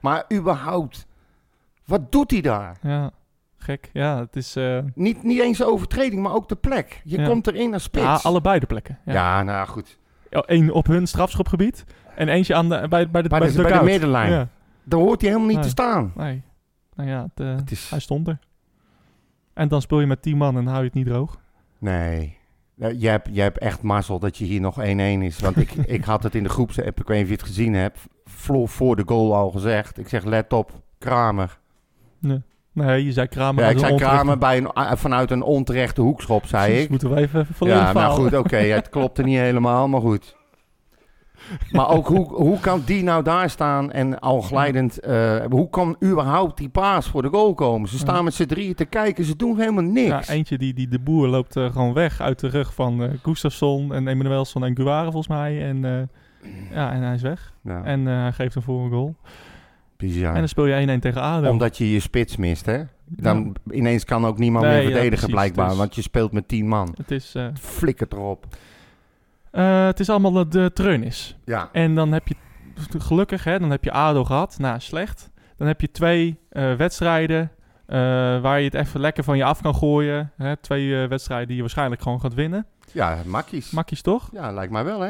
Maar überhaupt, wat doet hij daar? Ja, gek. Ja, het is... Niet eens de overtreding, maar ook de plek. Je komt erin als spits. Ja, allebei de plekken. Ja, nou goed. Eén op hun strafschopgebied en eentje aan bij de bij de middenlijn. Ja. Daar hoort hij helemaal niet te staan. Nee. Nou ja, hij stond er. En dan speel je met 10 man en hou je het niet droog. Nee. Je hebt echt mazzel dat je hier nog 1-1 is. Want ik had het in de groepsapp, ik weet niet of je het gezien hebt, voor de goal al gezegd. Ik zeg, let op, Kramer. Nee, je zei Kramer. Ja, ik zei Kramer vanuit een onterechte hoekschop, zei ik. Moeten we even volledig ja, nou goed, oké, het klopte niet helemaal, maar goed. Maar ook, hoe kan die nou daar staan en al glijdend... hoe kan überhaupt die paas voor de goal komen? Ze staan met z'n drieën te kijken, ze doen helemaal niks. Ja, eentje die de boer loopt gewoon weg uit de rug van Gustafsson en Emanuelsson en Guare volgens mij. En hij is weg. Ja. En hij geeft hem voor een goal. Bizar. En dan speel je 1-1 tegen ADO. Omdat je spits mist, hè? Dan ineens kan ook niemand meer verdedigen, precies, blijkbaar. Want je speelt met 10 man. Het is... Het flikkert erop. Het is allemaal de treurnis. Ja. En dan heb je... Gelukkig, hè? Dan heb je ADO gehad. Nou, slecht. Dan heb je 2 wedstrijden... waar je het even lekker van je af kan gooien. Hè? 2 wedstrijden die je waarschijnlijk gewoon gaat winnen. Ja, makkies. Makkies, toch? Ja, lijkt mij wel, hè?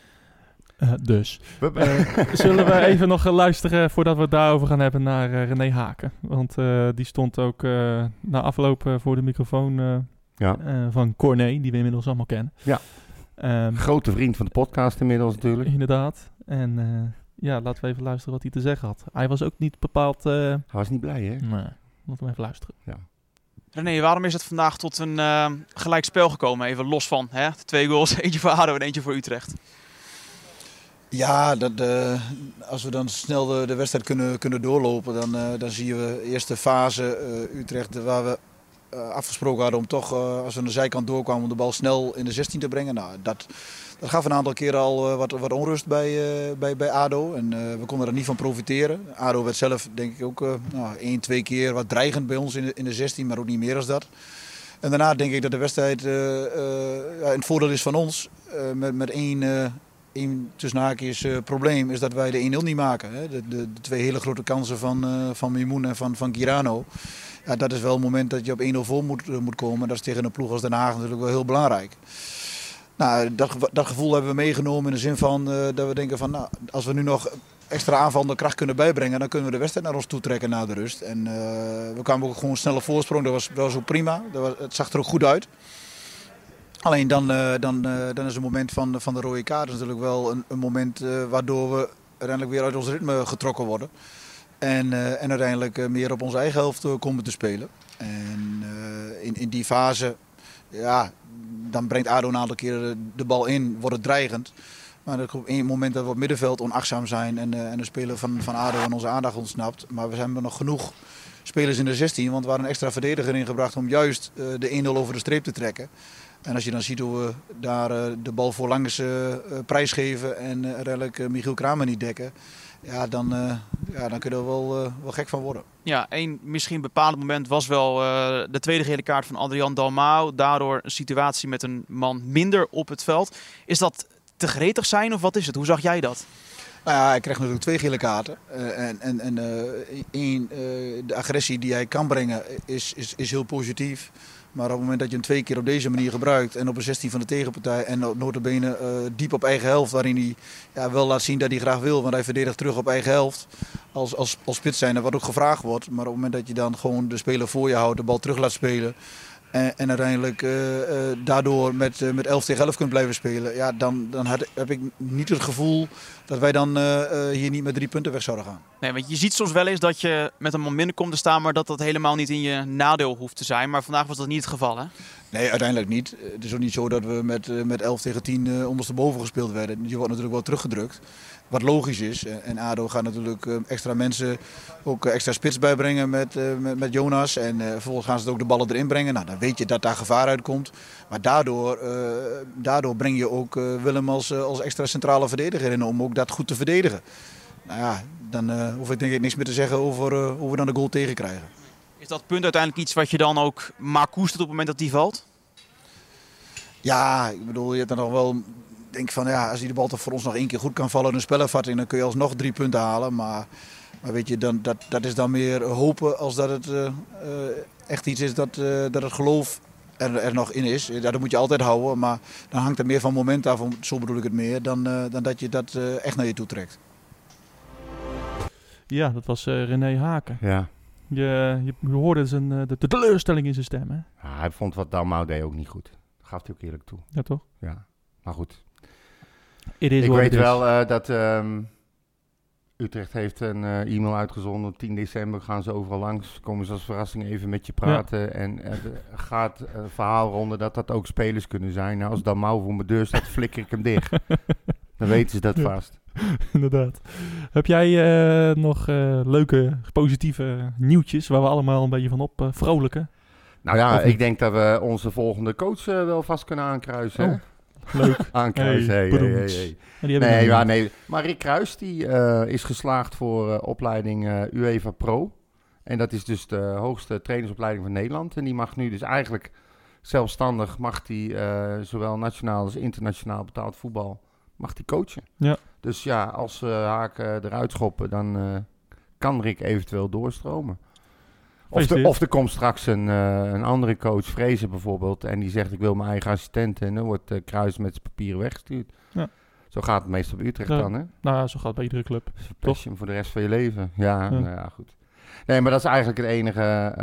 Dus. Zullen we even nog luisteren voordat we het daarover gaan hebben naar René Haken. Want die stond ook na afloop voor de microfoon van Corné, die we inmiddels allemaal kennen. Ja. Grote vriend van de podcast inmiddels natuurlijk. Inderdaad. En laten we even luisteren wat hij te zeggen had. Hij was ook niet bepaald... Hij was niet blij, hè? Nee, laten we even luisteren. Ja. René, waarom is het vandaag tot een gelijk spel gekomen? Even los van, hè? 2 goals, eentje voor ADO en eentje voor Utrecht. Ja, als we dan snel de wedstrijd kunnen doorlopen, dan zien we de eerste fase Utrecht waar we afgesproken hadden om toch, als we aan de zijkant doorkwamen, om de bal snel in de 16 te brengen. Nou, dat gaf een aantal keren al wat onrust bij ADO en we konden er niet van profiteren. ADO werd zelf denk ik ook 1-2 keer wat dreigend bij ons in de 16, maar ook niet meer als dat. En daarna denk ik dat de wedstrijd in het voordeel is van ons met één tussen haakjes probleem is dat wij de 1-0 niet maken. Hè. De 2 hele grote kansen van Mimoun en van Girano. Ja, dat is wel het moment dat je op 1-0 voor moet komen. Dat is tegen een ploeg als Den Haag natuurlijk wel heel belangrijk. Nou, dat gevoel hebben we meegenomen in de zin van dat we denken van... Nou, als we nu nog extra aanvallende kracht kunnen bijbrengen, dan kunnen we de wedstrijd naar ons toe trekken na de rust. En we kwamen ook gewoon een snelle voorsprong. Dat was ook prima. Het zag er ook goed uit. Alleen dan is het moment van de rode kaart natuurlijk wel een moment waardoor we uiteindelijk weer uit ons ritme getrokken worden. En uiteindelijk meer op onze eigen helft komen te spelen. En in die fase, ja, dan brengt ADO een aantal keren de bal in, wordt het dreigend. Maar op een moment dat we op middenveld onachtzaam zijn en de speler van ADO aan onze aandacht ontsnapt. Maar we hebben nog genoeg spelers in de 16, want we hadden een extra verdediger ingebracht om juist de 1-0 over de streep te trekken. En als je dan ziet hoe we daar de bal voorlangs prijsgeven en uiteindelijk Michiel Kramer niet dekken. Ja, dan kun je er wel gek van worden. Ja, één misschien bepalend moment was wel de tweede gele kaart van Adrian Dalmau. Daardoor een situatie met een man minder op het veld. Is dat te gretig zijn of wat is het? Hoe zag jij dat? Nou ja, hij krijgt natuurlijk 2 gele kaarten. De agressie die hij kan brengen is heel positief. Maar op het moment dat je hem 2 keer op deze manier gebruikt en op een 16 van de tegenpartij en nota bene diep op eigen helft, waarin hij wel laat zien dat hij graag wil, want hij verdedigt terug op eigen helft als spits zijnde, wat ook gevraagd wordt. Maar op het moment dat je dan gewoon de speler voor je houdt, de bal terug laat spelen en uiteindelijk daardoor met 11 tegen 11 kunt blijven spelen, ja, dan heb ik niet het gevoel dat wij dan hier niet met 3 punten weg zouden gaan. Nee, want je ziet soms wel eens dat je met een man minder komt te staan, maar dat helemaal niet in je nadeel hoeft te zijn. Maar vandaag was dat niet het geval, hè? Nee, uiteindelijk niet. Het is ook niet zo dat we met 11 tegen 10 ondersteboven gespeeld werden. Je wordt natuurlijk wel teruggedrukt. Wat logisch is. En ADO gaat natuurlijk extra mensen, ook extra spits bijbrengen met Jonas. En vervolgens gaan ze ook de ballen erin brengen. Nou, dan weet je dat daar gevaar uitkomt. Maar daardoor breng je ook Willem als extra centrale verdediger in om ook dat goed te verdedigen. Nou ja, dan hoef ik denk ik niks meer te zeggen over hoe we dan de goal tegenkrijgen. Is dat punt uiteindelijk iets wat je dan ook maar koestert op het moment dat die valt? Ja, ik bedoel, je hebt dan nog wel... Ik denk van ja, als die de bal toch voor ons nog 1 keer goed kan vallen in een spelervatting, dan kun je alsnog 3 punten halen. Maar Maar weet je, dat is dan meer hopen als dat het echt iets is dat het geloof er nog in is. Ja, dat moet je altijd houden, maar dan hangt er meer van moment af, zo bedoel ik het meer, dan dat je dat echt naar je toe trekt. Ja, dat was René Haken. Ja. Je hoorde de teleurstelling in zijn stem, hè? Ja, hij vond wat Dalmau deed ook niet goed. Dat gaf hij ook eerlijk toe. Ja, toch? Ja, maar goed. It is Ik what weet it is. wel dat Utrecht heeft een e-mail uitgezonden. Op 10 december gaan ze overal langs. Komen ze als verrassing even met je praten. En er gaat een verhaal ronden dat ook spelers kunnen zijn. Nou, als Dalmau voor mijn deur staat, flikker ik hem dicht. Dan weten ze dat vast. Inderdaad. Heb jij nog leuke, positieve nieuwtjes waar we allemaal een beetje van op vrolijken? Nou ja, Of niet? ik denk dat we onze volgende coach wel vast kunnen aankruisen. hè? Leuk. Aankruisen, Hey, hey. Maar die heb ik Nee, nog ja, niet. nee. Maar Rick Kruis die is geslaagd voor opleiding UEFA Pro. En dat is dus de hoogste trainersopleiding van Nederland. En die mag nu dus eigenlijk zelfstandig, mag die zowel nationaal als internationaal betaald voetbal, mag die coachen. Ja. Dus ja, als Haken eruit schoppen, dan kan Rick eventueel doorstromen. Of er komt straks een andere coach, Vrezen bijvoorbeeld, en die zegt ik wil mijn eigen assistent. En dan wordt Kruis met zijn papieren weggestuurd. Ja. Zo gaat het meestal bij Utrecht Ja. dan, hè? Nou ja, zo gaat het bij iedere club. Verpest je hem voor de rest van je leven. Ja, Ja. nou ja, goed. Nee, maar dat is eigenlijk het enige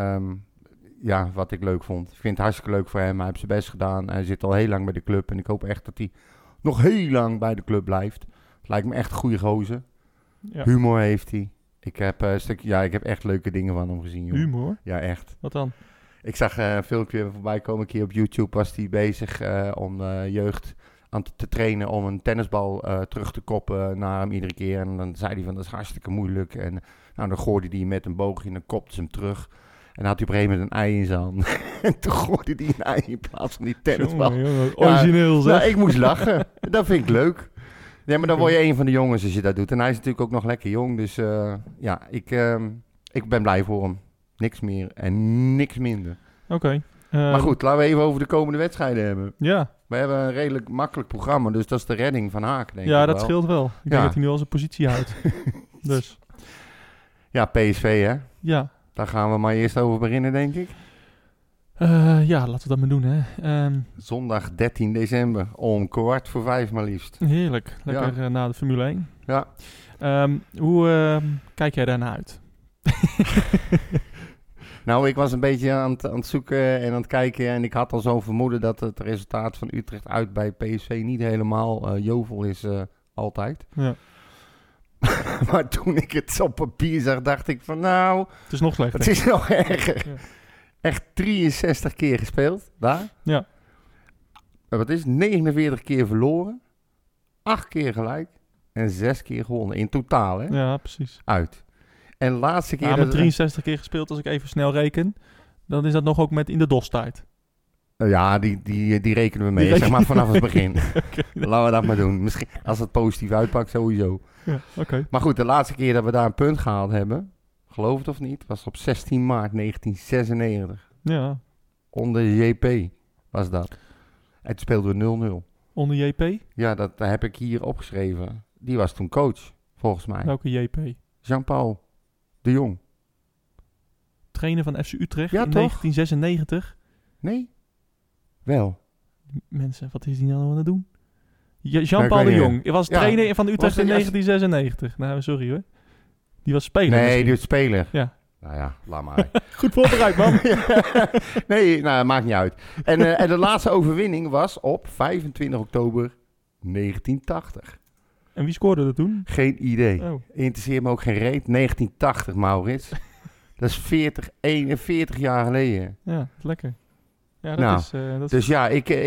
wat ik leuk vond. Ik vind het hartstikke leuk voor hem. Hij heeft zijn best gedaan. Hij zit al heel lang bij de club. En ik hoop echt dat hij nog heel lang bij de club blijft. Het lijkt me echt een goede gozer. Ja. Humor heeft hij. Ik heb ik heb echt leuke dingen van hem gezien, joh. Humor? Ja, echt. Wat dan? Ik zag een filmpje voorbij komen. Een keer op YouTube was hij bezig om jeugd aan te trainen om een tennisbal terug te koppen naar hem iedere keer. En dan zei hij van dat is hartstikke moeilijk. En nou, dan gooide hij met een boogje en dan kopte ze hem terug. En dan had hij op een gegeven moment een ei in zijn hand. En toen gooide hij een ei in plaats van die tennisbal. Jongen, origineel zeg. Nou, ik moest lachen. Dat vind ik leuk. Nee, maar dan word je een van de jongens als je dat doet. En hij is natuurlijk ook nog lekker jong. Dus ik ben blij voor hem. Niks meer en niks minder. Oké. Maar goed, laten we even over de komende wedstrijden hebben. Ja, We hebben een redelijk makkelijk programma. Dus dat is de redding van Haken, denk ik ja wel. dat scheelt wel. Ik denk Ja. dat hij nu al zijn positie houdt. Dus, Ja, PSV hè. ja. Daar gaan we maar eerst over beginnen, denk ik. Ja, laten we dat maar doen, hè. Zondag 13 december om 4:15 maar liefst. Heerlijk. Lekker na de Formule 1. Ja. Hoe kijk jij daarna uit? Nou, ik was een beetje aan het zoeken en aan het kijken. En ik had al zo'n vermoeden dat het resultaat van Utrecht uit bij PSV niet helemaal jovel is altijd. Ja. Maar toen ik het op papier zag, dacht ik van nou, Het is nog slechter. het is nog erger. Ja. Echt 63 keer gespeeld, daar. Ja. Wat is het? 49 keer verloren, 8 keer gelijk en 6 keer gewonnen. In totaal, hè? Ja, precies. Uit. En de laatste keer... Ja, dat met 63 keer gespeeld, als ik even snel reken, dan is dat nog ook met in de DOS-tijd. Ja, die rekenen we mee. Die Zeg maar rekenen vanaf het begin. Oké. Laten we dat maar doen. Misschien als het positief uitpakt, sowieso. Ja, oké. Maar goed, de laatste keer dat we daar een punt gehaald hebben, geloof het of niet, was op 16 maart 1996. Ja, Onder JP was dat. En toen speelden we 0-0. onder JP? Ja, dat heb ik hier opgeschreven. Die was toen coach, volgens mij. Welke JP? Jean-Paul de Jong. Trainer van FC Utrecht Ja, in toch? 1996. Nee? Wel. Mensen, wat is die nou aan het doen? Ja, Jean-Paul ik de weet Jong. niet. Hij was Ja. trainer van Utrecht Was in hij- 1996. Nou, sorry hoor. Die was speler Nee, misschien. die is speler. Ja. Nou ja, laat maar. Goed voorbereid, man. Nee, nou, maakt niet uit. En de laatste overwinning was op 25 oktober 1980. En wie scoorde er toen? Geen idee. Oh, Interesseert me ook geen reet. 1980, Maurits. Dat is 41 jaar geleden. ja, lekker. Ja, dat Nou, is... dat is Dus ja,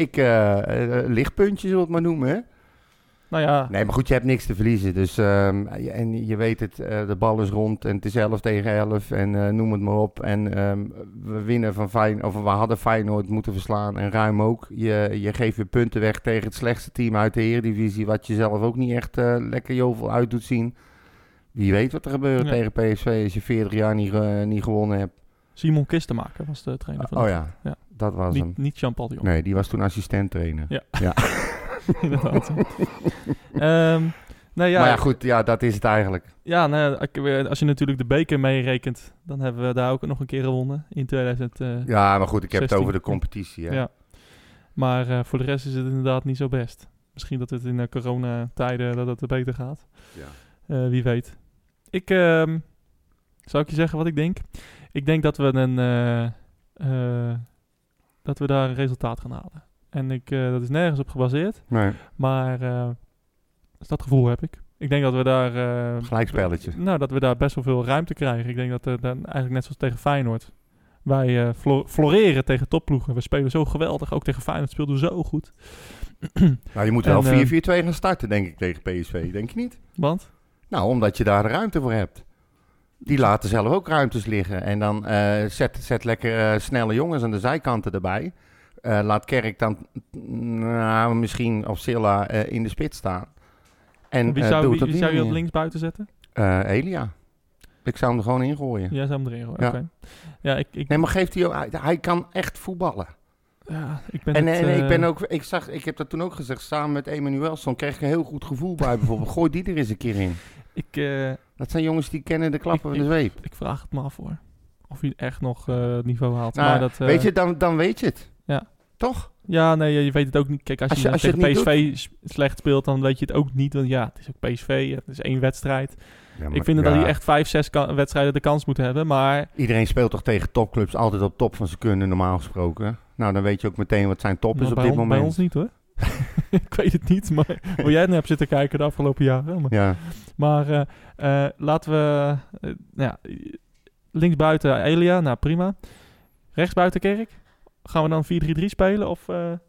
lichtpuntje zullen we het maar noemen, hè? nou ja, Nee, maar goed, je hebt niks te verliezen. Dus, en je weet het, de bal is rond en het is 11 tegen 11 en noem het maar op. En we winnen van Feyenoord, of we hadden Feyenoord moeten verslaan en ruim ook. Je geeft weer punten weg tegen het slechtste team uit de Eredivisie, wat je zelf ook niet echt lekker jovel uit doet zien. Wie weet wat er gebeurt Ja. tegen PSV als je 40 jaar niet gewonnen hebt. Simon Kistenmaker was de trainer van Oh het- ja, Ja. dat was hem. Niet Jean-Paul de Jong. Nee, die was toen assistent trainer. Ja. Inderdaad. Nee, ja, maar ja, goed, ja, dat is het eigenlijk. Ja, als je natuurlijk de beker meerekent, dan hebben we daar ook nog een keer gewonnen in 2000. Ja, maar goed, ik heb het 16. over de competitie. Hè? Ja. Maar voor de rest is het inderdaad niet zo best. Misschien dat het in coronatijden dat het beter gaat. Ja. Wie weet. Zou ik je zeggen wat ik denk? Ik denk dat we dat we daar een resultaat gaan halen. En dat is nergens op gebaseerd. Nee, Maar dat gevoel heb ik. Ik denk dat we daar... gelijkspelletje. dat we daar best wel veel ruimte krijgen. Ik denk dat dan eigenlijk net zoals tegen Feyenoord. Wij floreren tegen topploegen. We spelen zo geweldig. Ook tegen Feyenoord speelden we zo goed. Nou, je moet wel 4-4-2 gaan starten, denk ik, tegen PSV. Denk je niet? Want? Nou, omdat je daar de ruimte voor hebt. Die laten zelf ook ruimtes liggen. En dan zet lekker snelle jongens aan de zijkanten erbij. Laat Kerk dan misschien of Silla in de spits staan. En Wie zou je op links buiten zetten? Elia. Ik zou hem er gewoon ingooien. Jij zou hem erin gooien, Ja. oké. Ja, Nee, maar geeft hij ook... Hij kan echt voetballen. Ja, ik ben Ik heb dat toen ook gezegd, samen met Emanuelsson kreeg ik een heel goed gevoel bij bijvoorbeeld. Gooi die er eens een keer in. Dat zijn jongens die kennen de klappen van de zweep. Ik vraag het me af hoor. Of hij echt nog het niveau haalt. Nou, Maar dat, weet je, dan weet je het. Ja. Toch? Ja, nee, je weet het ook niet. Kijk, als je tegen het niet PSV slecht speelt, dan weet je het ook niet. Want ja, het is ook PSV, het is 1 wedstrijd. Ja, maar, Ik vind dat hij echt 5-6 wedstrijden de kans moet hebben, maar... Iedereen speelt toch tegen topclubs altijd op top van zijn kunnen, normaal gesproken. Nou, dan weet je ook meteen wat zijn top is op dit moment. Bij ons niet hoor. Ik weet het niet, maar hoe jij er hebt zitten kijken de afgelopen jaren. Maar laten we... linksbuiten Elia, nou prima. Rechtsbuiten Kerk. Gaan we dan 4-3-3 spelen of...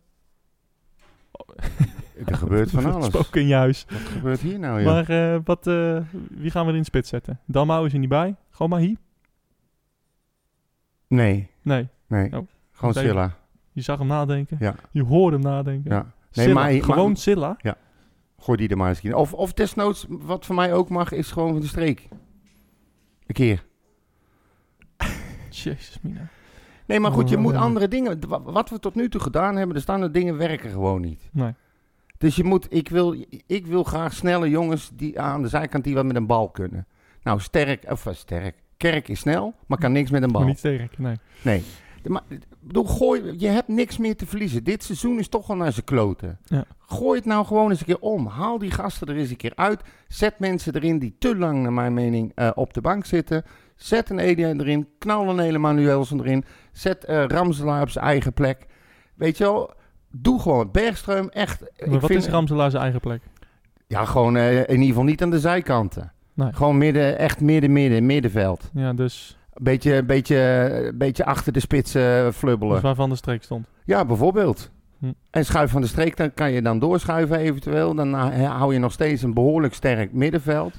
Er gebeurt van alles. Spoken in je huis. Wat gebeurt hier nou, joh? Maar wie gaan we er in de spits zetten? Dalmau is er niet bij. Gewoon Mahi? Nee. Nee. Gewoon Meteen. Silla. Je zag hem nadenken. Ja. Je hoorde hem nadenken. Ja. Nee, Silla. Gewoon Silla. Ja. Gooi die er maar eens in. Of desnoods, wat voor mij ook mag, is gewoon van de streek. Een keer. Jezus, Mina. Nee, maar goed, je moet andere dingen... Wat we tot nu toe gedaan hebben, de standaard dingen werken gewoon niet. Nee. Dus ik wil graag snelle jongens die aan de zijkant die wat met een bal kunnen. Nou, Kerk is snel, maar kan niks met een bal. Maar niet sterk, nee. Nee. Maar, je hebt niks meer te verliezen. Dit seizoen is toch al naar zijn kloten. Ja. Gooi het nou gewoon eens een keer om. Haal die gasten er eens een keer uit. Zet mensen erin die te lang, naar mijn mening, op de bank zitten. Zet een Elia erin. Knal een hele Manuelsen erin. Zet Ramselaar op zijn eigen plek. Weet je wel, doe gewoon. Bergström, echt... Maar is Ramselaar zijn eigen plek? Ja, gewoon in ieder geval niet aan de zijkanten. Nee. Gewoon middenveld. Ja, dus... Beetje achter de spits flubbelen. Dus waar Van der Streek stond? Ja, bijvoorbeeld. En Schuif van de Streek, dan kan je dan doorschuiven eventueel. Dan hou je nog steeds een behoorlijk sterk middenveld.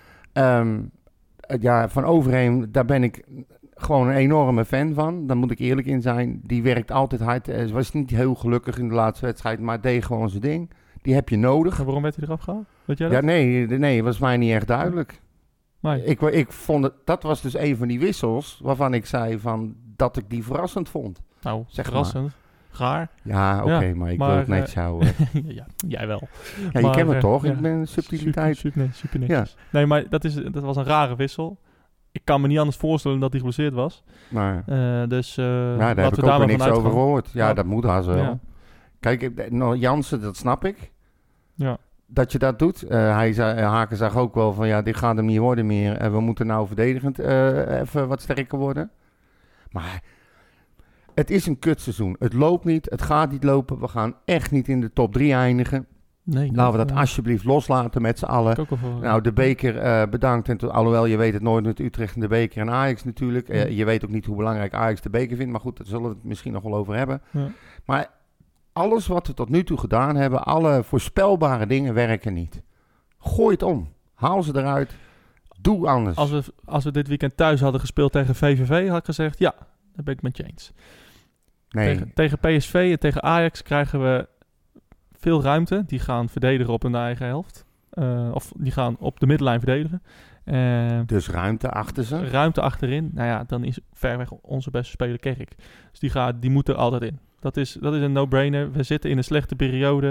Van Overheem, daar ben ik gewoon een enorme fan van. Daar moet ik eerlijk in zijn. Die werkt altijd hard. Was niet heel gelukkig in de laatste wedstrijd, maar deed gewoon zijn ding. Die heb je nodig. En waarom werd hij eraf gehaald? Weet jij dat? Ja, nee, was mij niet echt duidelijk. Nee. Ik vond het, dat was dus een van die wissels waarvan ik zei van dat ik die verrassend vond. Nou, zeg verrassend. Gaar. Ja, oké, maar ik wil het netjes houden. Ja, jij wel. Ja, je kent me toch? Ik ben subtiliteit. Super netjes. Ja. Nee, maar dat was een rare wissel. Ik kan me niet anders voorstellen dat hij geblesseerd was. Maar, dus daar heb ik ook weer niks over gehoord. Ja, dat moet haast wel. Ja. Kijk, Jansen, dat snap ik. Ja. Dat je dat doet. Haken zag ook wel van, ja, dit gaat hem niet worden meer. We moeten nou verdedigend even wat sterker worden. Maar het is een kutseizoen. Het loopt niet, het gaat niet lopen. We gaan echt niet in de top 3 eindigen. Nee, laten we dat alsjeblieft loslaten met z'n allen. Nou, de beker bedankt. En alhoewel, je weet het nooit met Utrecht en de beker en Ajax natuurlijk. Je weet ook niet hoe belangrijk Ajax de beker vindt. Maar goed, daar zullen we het misschien nog wel over hebben. Ja. Maar alles wat we tot nu toe gedaan hebben, alle voorspelbare dingen werken niet. Gooi het om. Haal ze eruit. Doe anders. Als we dit weekend thuis hadden gespeeld tegen VVV, had ik gezegd, ja, daar ben ik met je eens. Nee. Tegen PSV en tegen Ajax krijgen we veel ruimte. Die gaan verdedigen op hun eigen helft. Of die gaan op de middenlijn verdedigen. Dus ruimte achter ze? Ruimte achterin. Nou ja, dan is verreweg onze beste speler Kerk. Dus die moet er altijd in. Dat is een no-brainer. We zitten in een slechte periode.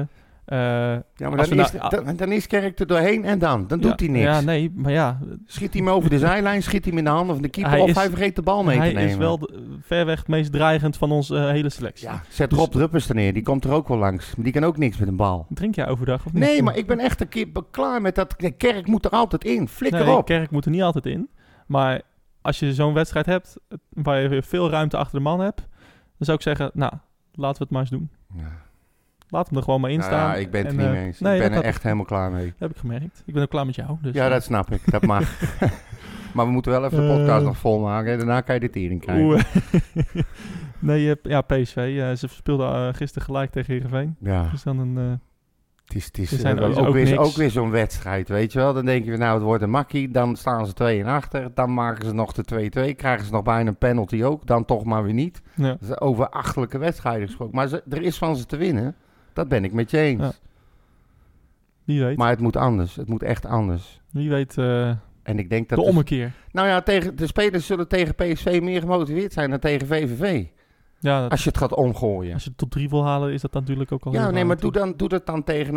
Ja, maar als dan is Kerk er doorheen en dan doet hij niks. Ja, nee, maar ja. Schiet hij hem over de zijlijn, schiet hij hem in de handen van de keeper hij vergeet de bal mee te nemen. Hij is wel ver weg het meest dreigend van onze hele selectie. Ja, zet Rob Druppers er neer, die komt er ook wel langs. Maar die kan ook niks met een bal. Drink jij overdag of niet? Nee, maar ik ben echt een keer klaar met dat. Kerk moet er altijd in, flikker op. Kerk moet er niet altijd in. Maar als je zo'n wedstrijd hebt, waar je weer veel ruimte achter de man hebt, dan zou ik zeggen, nou, laten we het maar eens doen. Ja. Laat hem er gewoon maar in staan. Ja, ik ben het er niet mee eens. Nee, ik ben er echt helemaal klaar mee. Dat heb ik gemerkt. Ik ben ook klaar met jou. Dus ja, dat snap ik. Dat mag. Maar we moeten wel even de podcast nog volmaken. Daarna kan je de tering krijgen. Nee, PSV. Ze speelden gisteren gelijk tegen Heerenveen. Ja. Dus dan een... Het is ook weer zo'n wedstrijd, weet je wel. Dan denk je, nou, het wordt een makkie. Dan staan ze 2-1 achter. Dan maken ze nog de 2-2. Krijgen ze nog bijna een penalty ook. Dan toch maar weer niet. Ja. Dat is over achtelijke wedstrijden gesproken. Maar er is van ze te winnen. Dat ben ik met je eens. Ja. Wie weet. Maar het moet anders. Het moet echt anders. Wie weet en ik denk dat de ommekeer. Nou ja, de spelers zullen tegen PSV meer gemotiveerd zijn dan tegen VVV. Ja, als je het gaat omgooien. Als je het tot 3 wil halen, is dat natuurlijk ook al... Ja, nee, maar doe dat dan tegen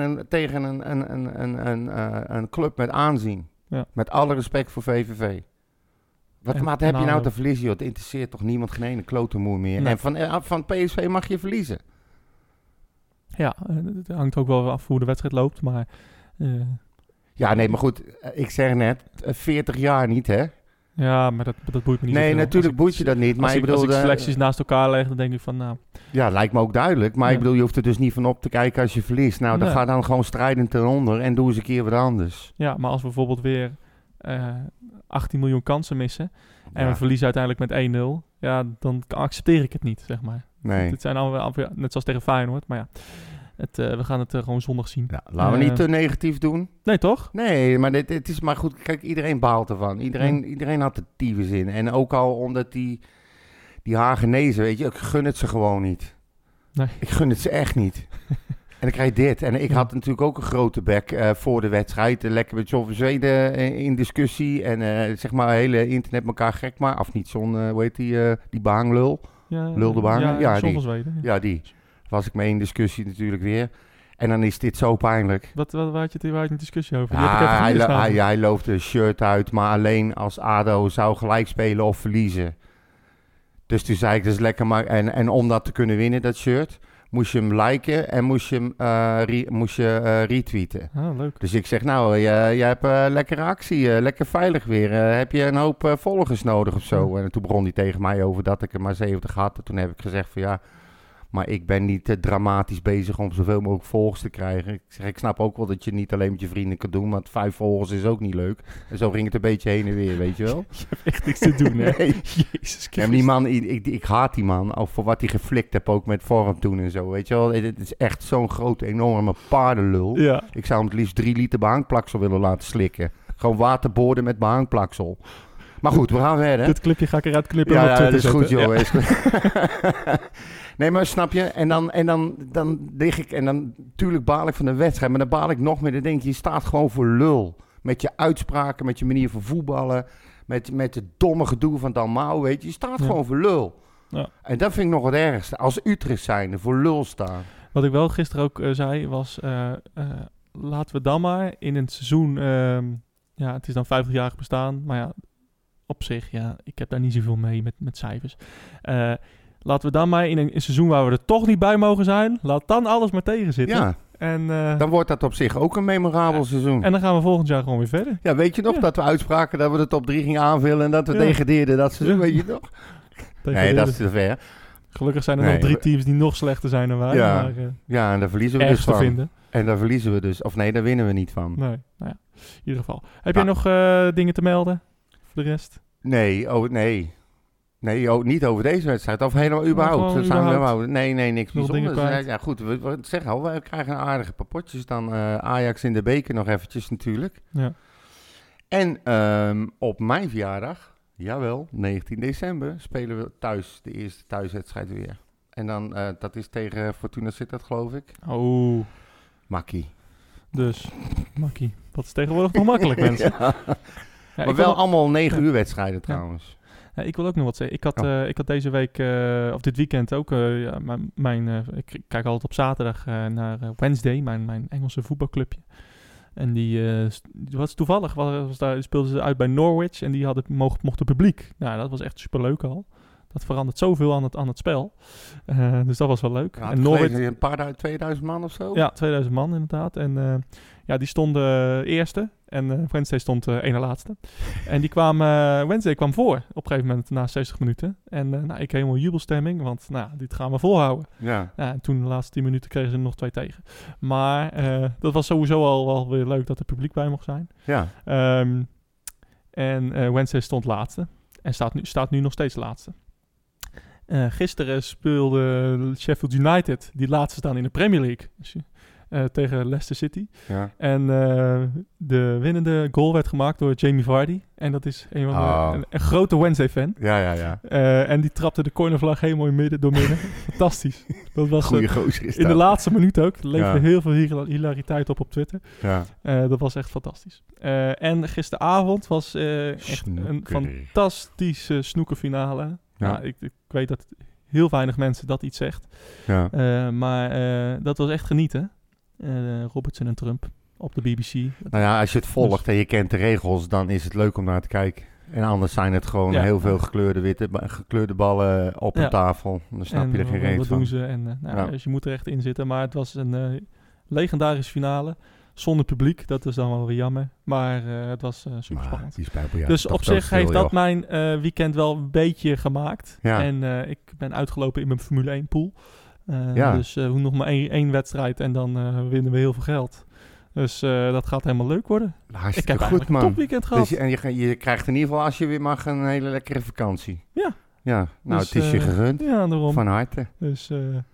een club met aanzien. Ja. Met alle respect voor VVV. Wat heb je nou te verliezen, joh? Het interesseert toch niemand, geen ene klote moer meer. Nee. En van PSV mag je verliezen. Ja, het hangt ook wel af hoe de wedstrijd loopt, maar... Ja, nee, maar goed, ik zeg net, 40 jaar niet, hè? Ja, maar dat boeit me niet. Nee, natuurlijk boeit je dat niet. Maar als ik selecties naast elkaar leg, dan denk ik van, nou... Ja, lijkt me ook duidelijk. Maar ik bedoel, je hoeft er dus niet van op te kijken als je verliest. Nou, dan ga dan gewoon strijdend ten onder en doe eens een keer wat anders. Ja, maar als we bijvoorbeeld weer 18 miljoen kansen missen... en we verliezen uiteindelijk met 1-0... ja, dan accepteer ik het niet, zeg maar. Nee. Het zijn allemaal, net zoals tegen Feyenoord, maar ja... we gaan het gewoon zondag zien. Ja, laten we niet te negatief doen. Nee, toch? Nee, maar het is maar goed. Kijk, iedereen baalt ervan. Iedereen had de tyfus in. En ook al omdat die Hagenezen, weet je, ik gun het ze gewoon niet. Nee. Ik gun het ze echt niet. En dan krijg je dit. En ik had natuurlijk ook een grote bek voor de wedstrijd. Lekker met John Verzweden in discussie. En zeg maar, hele internet elkaar gek maar. Of niet zo'n, hoe heet die baanglul? Ja, Lul de baan. Ja, John Verzweden. Ja, die. Was ik mee in discussie natuurlijk weer. En dan is dit zo pijnlijk. Waar had je een discussie over? Hij looft een shirt uit, maar alleen als ADO zou gelijk spelen of verliezen. Dus toen zei ik, dat is lekker. Maar, en om dat te kunnen winnen, dat shirt, moest je hem liken en moest je retweeten. Ah, leuk. Dus ik zeg, nou, jij hebt lekkere actie, lekker veilig weer. Heb je een hoop volgers nodig of zo? En toen begon hij tegen mij over dat ik er maar 70 had. En toen heb ik gezegd van ja... Maar ik ben niet dramatisch bezig om zoveel mogelijk volgers te krijgen. Ik snap ook wel dat je niet alleen met je vrienden kan doen. Want 5 volgers is ook niet leuk. En zo ging het een beetje heen en weer, weet je wel. Je hebt echt niks te doen, hè? Nee. Jezus Christus. Ja, die man, ik haat die man. Of voor wat hij geflikt heeft ook met vorm toen en zo, weet je wel. Het is echt zo'n grote, enorme paardenlul. Ja. Ik zou hem het liefst 3 liter behangplaksel willen laten slikken. Gewoon waterboorden met behangplaksel. Maar goed, we gaan verder. Dit clipje ga ik eruit knippen. Ja, dat is goed, joh. Ja. Nee, maar snap je? En dan lig ik... En dan natuurlijk baal ik van de wedstrijd. Maar dan baal ik nog meer. Dan denk je staat gewoon voor lul. Met je uitspraken, met je manier van voetballen. Met het domme gedoe van Dalmau, weet je. Je staat gewoon voor lul. Ja. En dat vind ik nog het ergste. Als Utrecht zijnde voor lul staan. Wat ik wel gisteren ook zei was... laten we dan maar in een seizoen... het is dan 50-jarig bestaan. Maar ja, op zich, ja, ik heb daar niet zoveel mee met cijfers. Laten we dan maar in een seizoen waar we er toch niet bij mogen zijn... laat dan alles maar tegen zitten. Ja, en, dan wordt dat op zich ook een memorabel seizoen. En dan gaan we volgend jaar gewoon weer verder. Ja, weet je nog dat we uitspraken dat we de top 3 gingen aanvullen... en dat we degradeerden dat seizoen, weet je nog? Nee, dat is te ver. Gelukkig zijn er nog 3 teams die nog slechter zijn dan wij. Ja, maar, en daar verliezen we dus van. Vinden. En daar verliezen we dus. Of nee, daar winnen we niet van. Nee, nou ja, in ieder geval. Heb jij nog dingen te melden voor de rest? Nee, niet over deze wedstrijd. Of helemaal überhaupt. Nee, niks bijzonders. Ja, goed, we zeggen al, we krijgen een aardige paar potjes. Dan Ajax in de beker nog eventjes natuurlijk. Ja. En op mijn verjaardag, jawel, 19 december, spelen we thuis de eerste thuiswedstrijd weer. En dan, dat is tegen Fortuna Sittard, geloof ik. Oh. Makkie. Dus, makkie. Dat is tegenwoordig nog makkelijk, mensen. Ja. Ja, maar wel allemaal 9 uur wedstrijden trouwens. Ik wil ook nog wat zeggen. Ik had deze week, of dit weekend ook, ik kijk altijd op zaterdag naar Wednesday, mijn Engelse voetbalclubje. En die was toevallig, die speelden ze uit bij Norwich en die mochten publiek. Nou, dat was echt superleuk al. Dat verandert zoveel aan het spel. Dus dat was wel leuk. Ja, en Norwich, een paar 2000 man of zo? Ja, 2000 man inderdaad. En die stonden eerste. En Wednesday stond ene laatste. En Wednesday kwam voor op een gegeven moment na 60 minuten. En ik helemaal jubelstemming, want dit gaan we volhouden. Ja. En toen de laatste 10 minuten kregen ze er nog 2 tegen. Maar dat was sowieso al weer leuk dat er publiek bij mocht zijn. Ja. En Wednesday stond laatste. En staat nu nog steeds laatste. Gisteren speelde Sheffield United, die laatste staan in de Premier League, tegen Leicester City. Ja. En de winnende goal werd gemaakt door Jamie Vardy. En dat is een grote Wednesday-fan. Ja. En die trapte de cornervlag helemaal door midden. Fantastisch. Dat was goeie gozer is in dat. De laatste minuut ook. Er leefde heel veel hilariteit op Twitter. Ja. Dat was echt fantastisch. En gisteravond was echt een fantastische snoekerfinale. Ja. Nou, ik weet dat heel weinig mensen dat iets zegt. Ja. Maar dat was echt genieten. Robertson en Trump op de BBC. Nou ja, als je het volgt en je kent de regels, dan is het leuk om naar te kijken. En anders zijn het gewoon heel veel gekleurde ballen op een tafel. Dan snap je er geen reet wat van. Doen ze? En, Dus je moet er echt in zitten. Maar het was een legendarische finale. Zonder publiek, dat is dan wel weer jammer. Maar het was super spannend. Dus op zich heeft dat mijn weekend wel een beetje gemaakt. Ja. En ik ben uitgelopen in mijn Formule 1 pool. Dus nog maar één wedstrijd en dan winnen we heel veel geld. Dus dat gaat helemaal leuk worden. Hartstikke ik heb goed, man. Een topweekend gehad. Dus je krijgt in ieder geval, als je weer mag, een hele lekkere vakantie. Ja. Nou, dus, het is je gegund. Ja, daarom. Van harte. Dus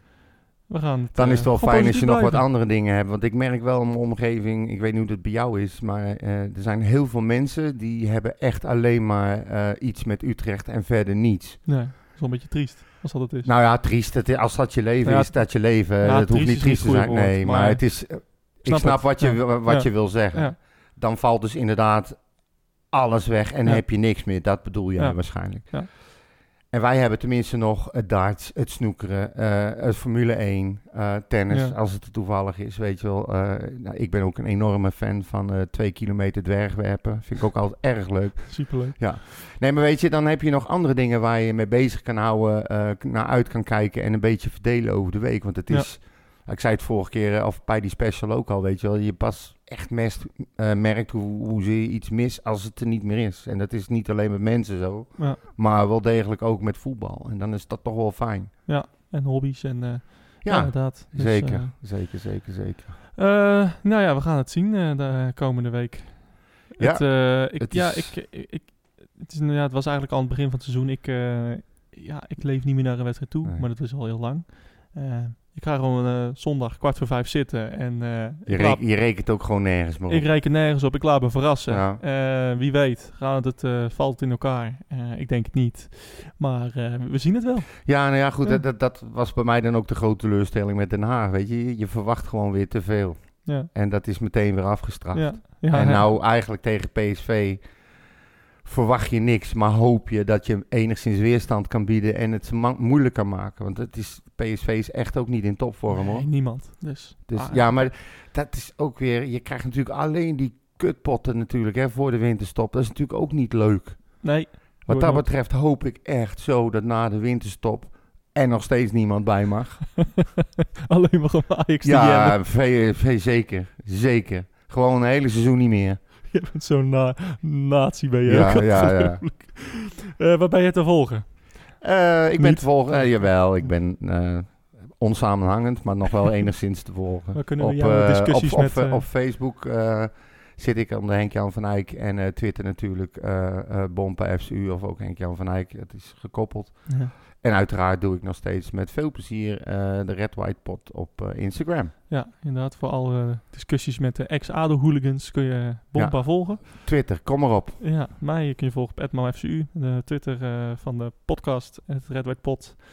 we gaan het, dan is het wel fijn als je nog blijven. wat andere dingen hebt. Want ik merk wel in mijn omgeving, ik weet niet hoe dat bij jou is, maar er zijn heel veel mensen die hebben echt alleen maar iets met Utrecht en verder niets. Nee, dat is wel een beetje triest. Als dat het is. Nou ja, triest. Als dat je leven is, dat je leven. Het hoeft niet triest te zijn. Woord, nee, maar het is... Ik snap wat je wil zeggen. Ja. Dan valt dus inderdaad alles weg en heb je niks meer. Dat bedoel jij waarschijnlijk. Ja. En wij hebben tenminste nog het darts, het snoekeren, het Formule 1, tennis, als het toevallig is, weet je wel. Ik ben ook een enorme fan van 2 kilometer dwergwerpen. Vind ik ook altijd erg leuk. Superleuk. Ja. Nee, maar weet je, dan heb je nog andere dingen waar je mee bezig kan houden, naar uit kan kijken en een beetje verdelen over de week. Want het is, ik zei het vorige keer, of bij die special ook al, weet je wel, je pas echt merkt hoe je iets mist als het er niet meer is. En dat is niet alleen met mensen zo, maar wel degelijk ook met voetbal. En dan is dat toch wel fijn. Ja, en hobby's en inderdaad. Dus, zeker. Nou ja, we gaan het zien de komende week. Ja, het was eigenlijk al aan het begin van het seizoen. Ik leef niet meer naar een wedstrijd toe, maar dat is al heel lang. Ik ga gewoon zondag 4:15 zitten. En, je rekent ook gewoon nergens meer op. Ik reken nergens op. Ik laat me verrassen. Ja. Wie weet. Valt het in elkaar? Ik denk het niet. Maar we zien het wel. Ja, nou ja, goed. Dat was bij mij dan ook de grote teleurstelling met Den Haag. Weet je, je verwacht gewoon weer te veel. Ja. En dat is meteen weer afgestraft. Ja, en nou eigenlijk tegen PSV verwacht je niks, maar hoop je dat je enigszins weerstand kan bieden en het moeilijk kan maken. Want PSV is echt ook niet in topvorm, hoor. Nee, niemand. Dus maar dat is ook weer, je krijgt natuurlijk alleen die kutpotten natuurlijk, hè, voor de winterstop. Dat is natuurlijk ook niet leuk. Nee. Wat dat betreft hoop ik echt zo dat na de winterstop er nog steeds niemand bij mag. Alleen maar om Ajax te Ja, zeker. Gewoon een hele seizoen niet meer. Je bent zo'n nazi ben je. Ja. Waar ben je te volgen? Ik ben te volgen. Jawel, ik ben onsamenhangend, maar nog wel enigszins te volgen. Waar kunnen we jouw discussies op Facebook zit ik onder Henk-Jan van Eyck en Twitter natuurlijk Bompa FCU of ook Henk-Jan van Eyck. Het is gekoppeld. Ja. En uiteraard doe ik nog steeds met veel plezier de Red White Pot op Instagram. Ja, inderdaad. Voor alle discussies met de ex-ADO-hooligans kun je Bompa volgen. Twitter, kom maar op. Ja, mij kun je volgen op @MauFCU. De Twitter van de podcast, het Red White Pot.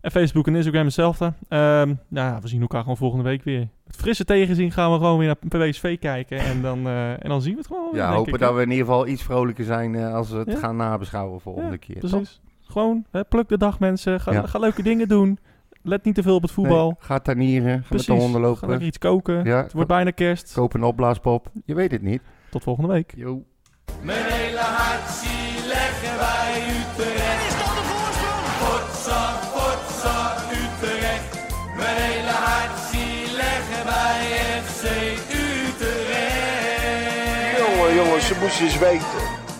En Facebook en Instagram hetzelfde. We zien elkaar gewoon volgende week weer. Met frisse tegenzin gaan we gewoon weer naar PSV kijken. En dan zien we het gewoon weer, Ja, hopen dat we in ieder geval iets vrolijker zijn als we het gaan nabeschouwen volgende keer. Precies. Toch? Gewoon, pluk de dag mensen. Ga leuke dingen doen. Let niet te veel op het voetbal. Nee, ga tuinieren, ga met de honden lopen. Ga lekker iets koken. Ja, het wordt bijna kerst. Koop een opblaaspop. Je weet het niet. Tot volgende week. Yo. Mijn hele hart leggen wij Utrecht. Is dat de voorsprong? Potsa, potsa, Utrecht. Mijn hele hart leggen wij FC Utrecht. Jongens, ze moesten eens weten.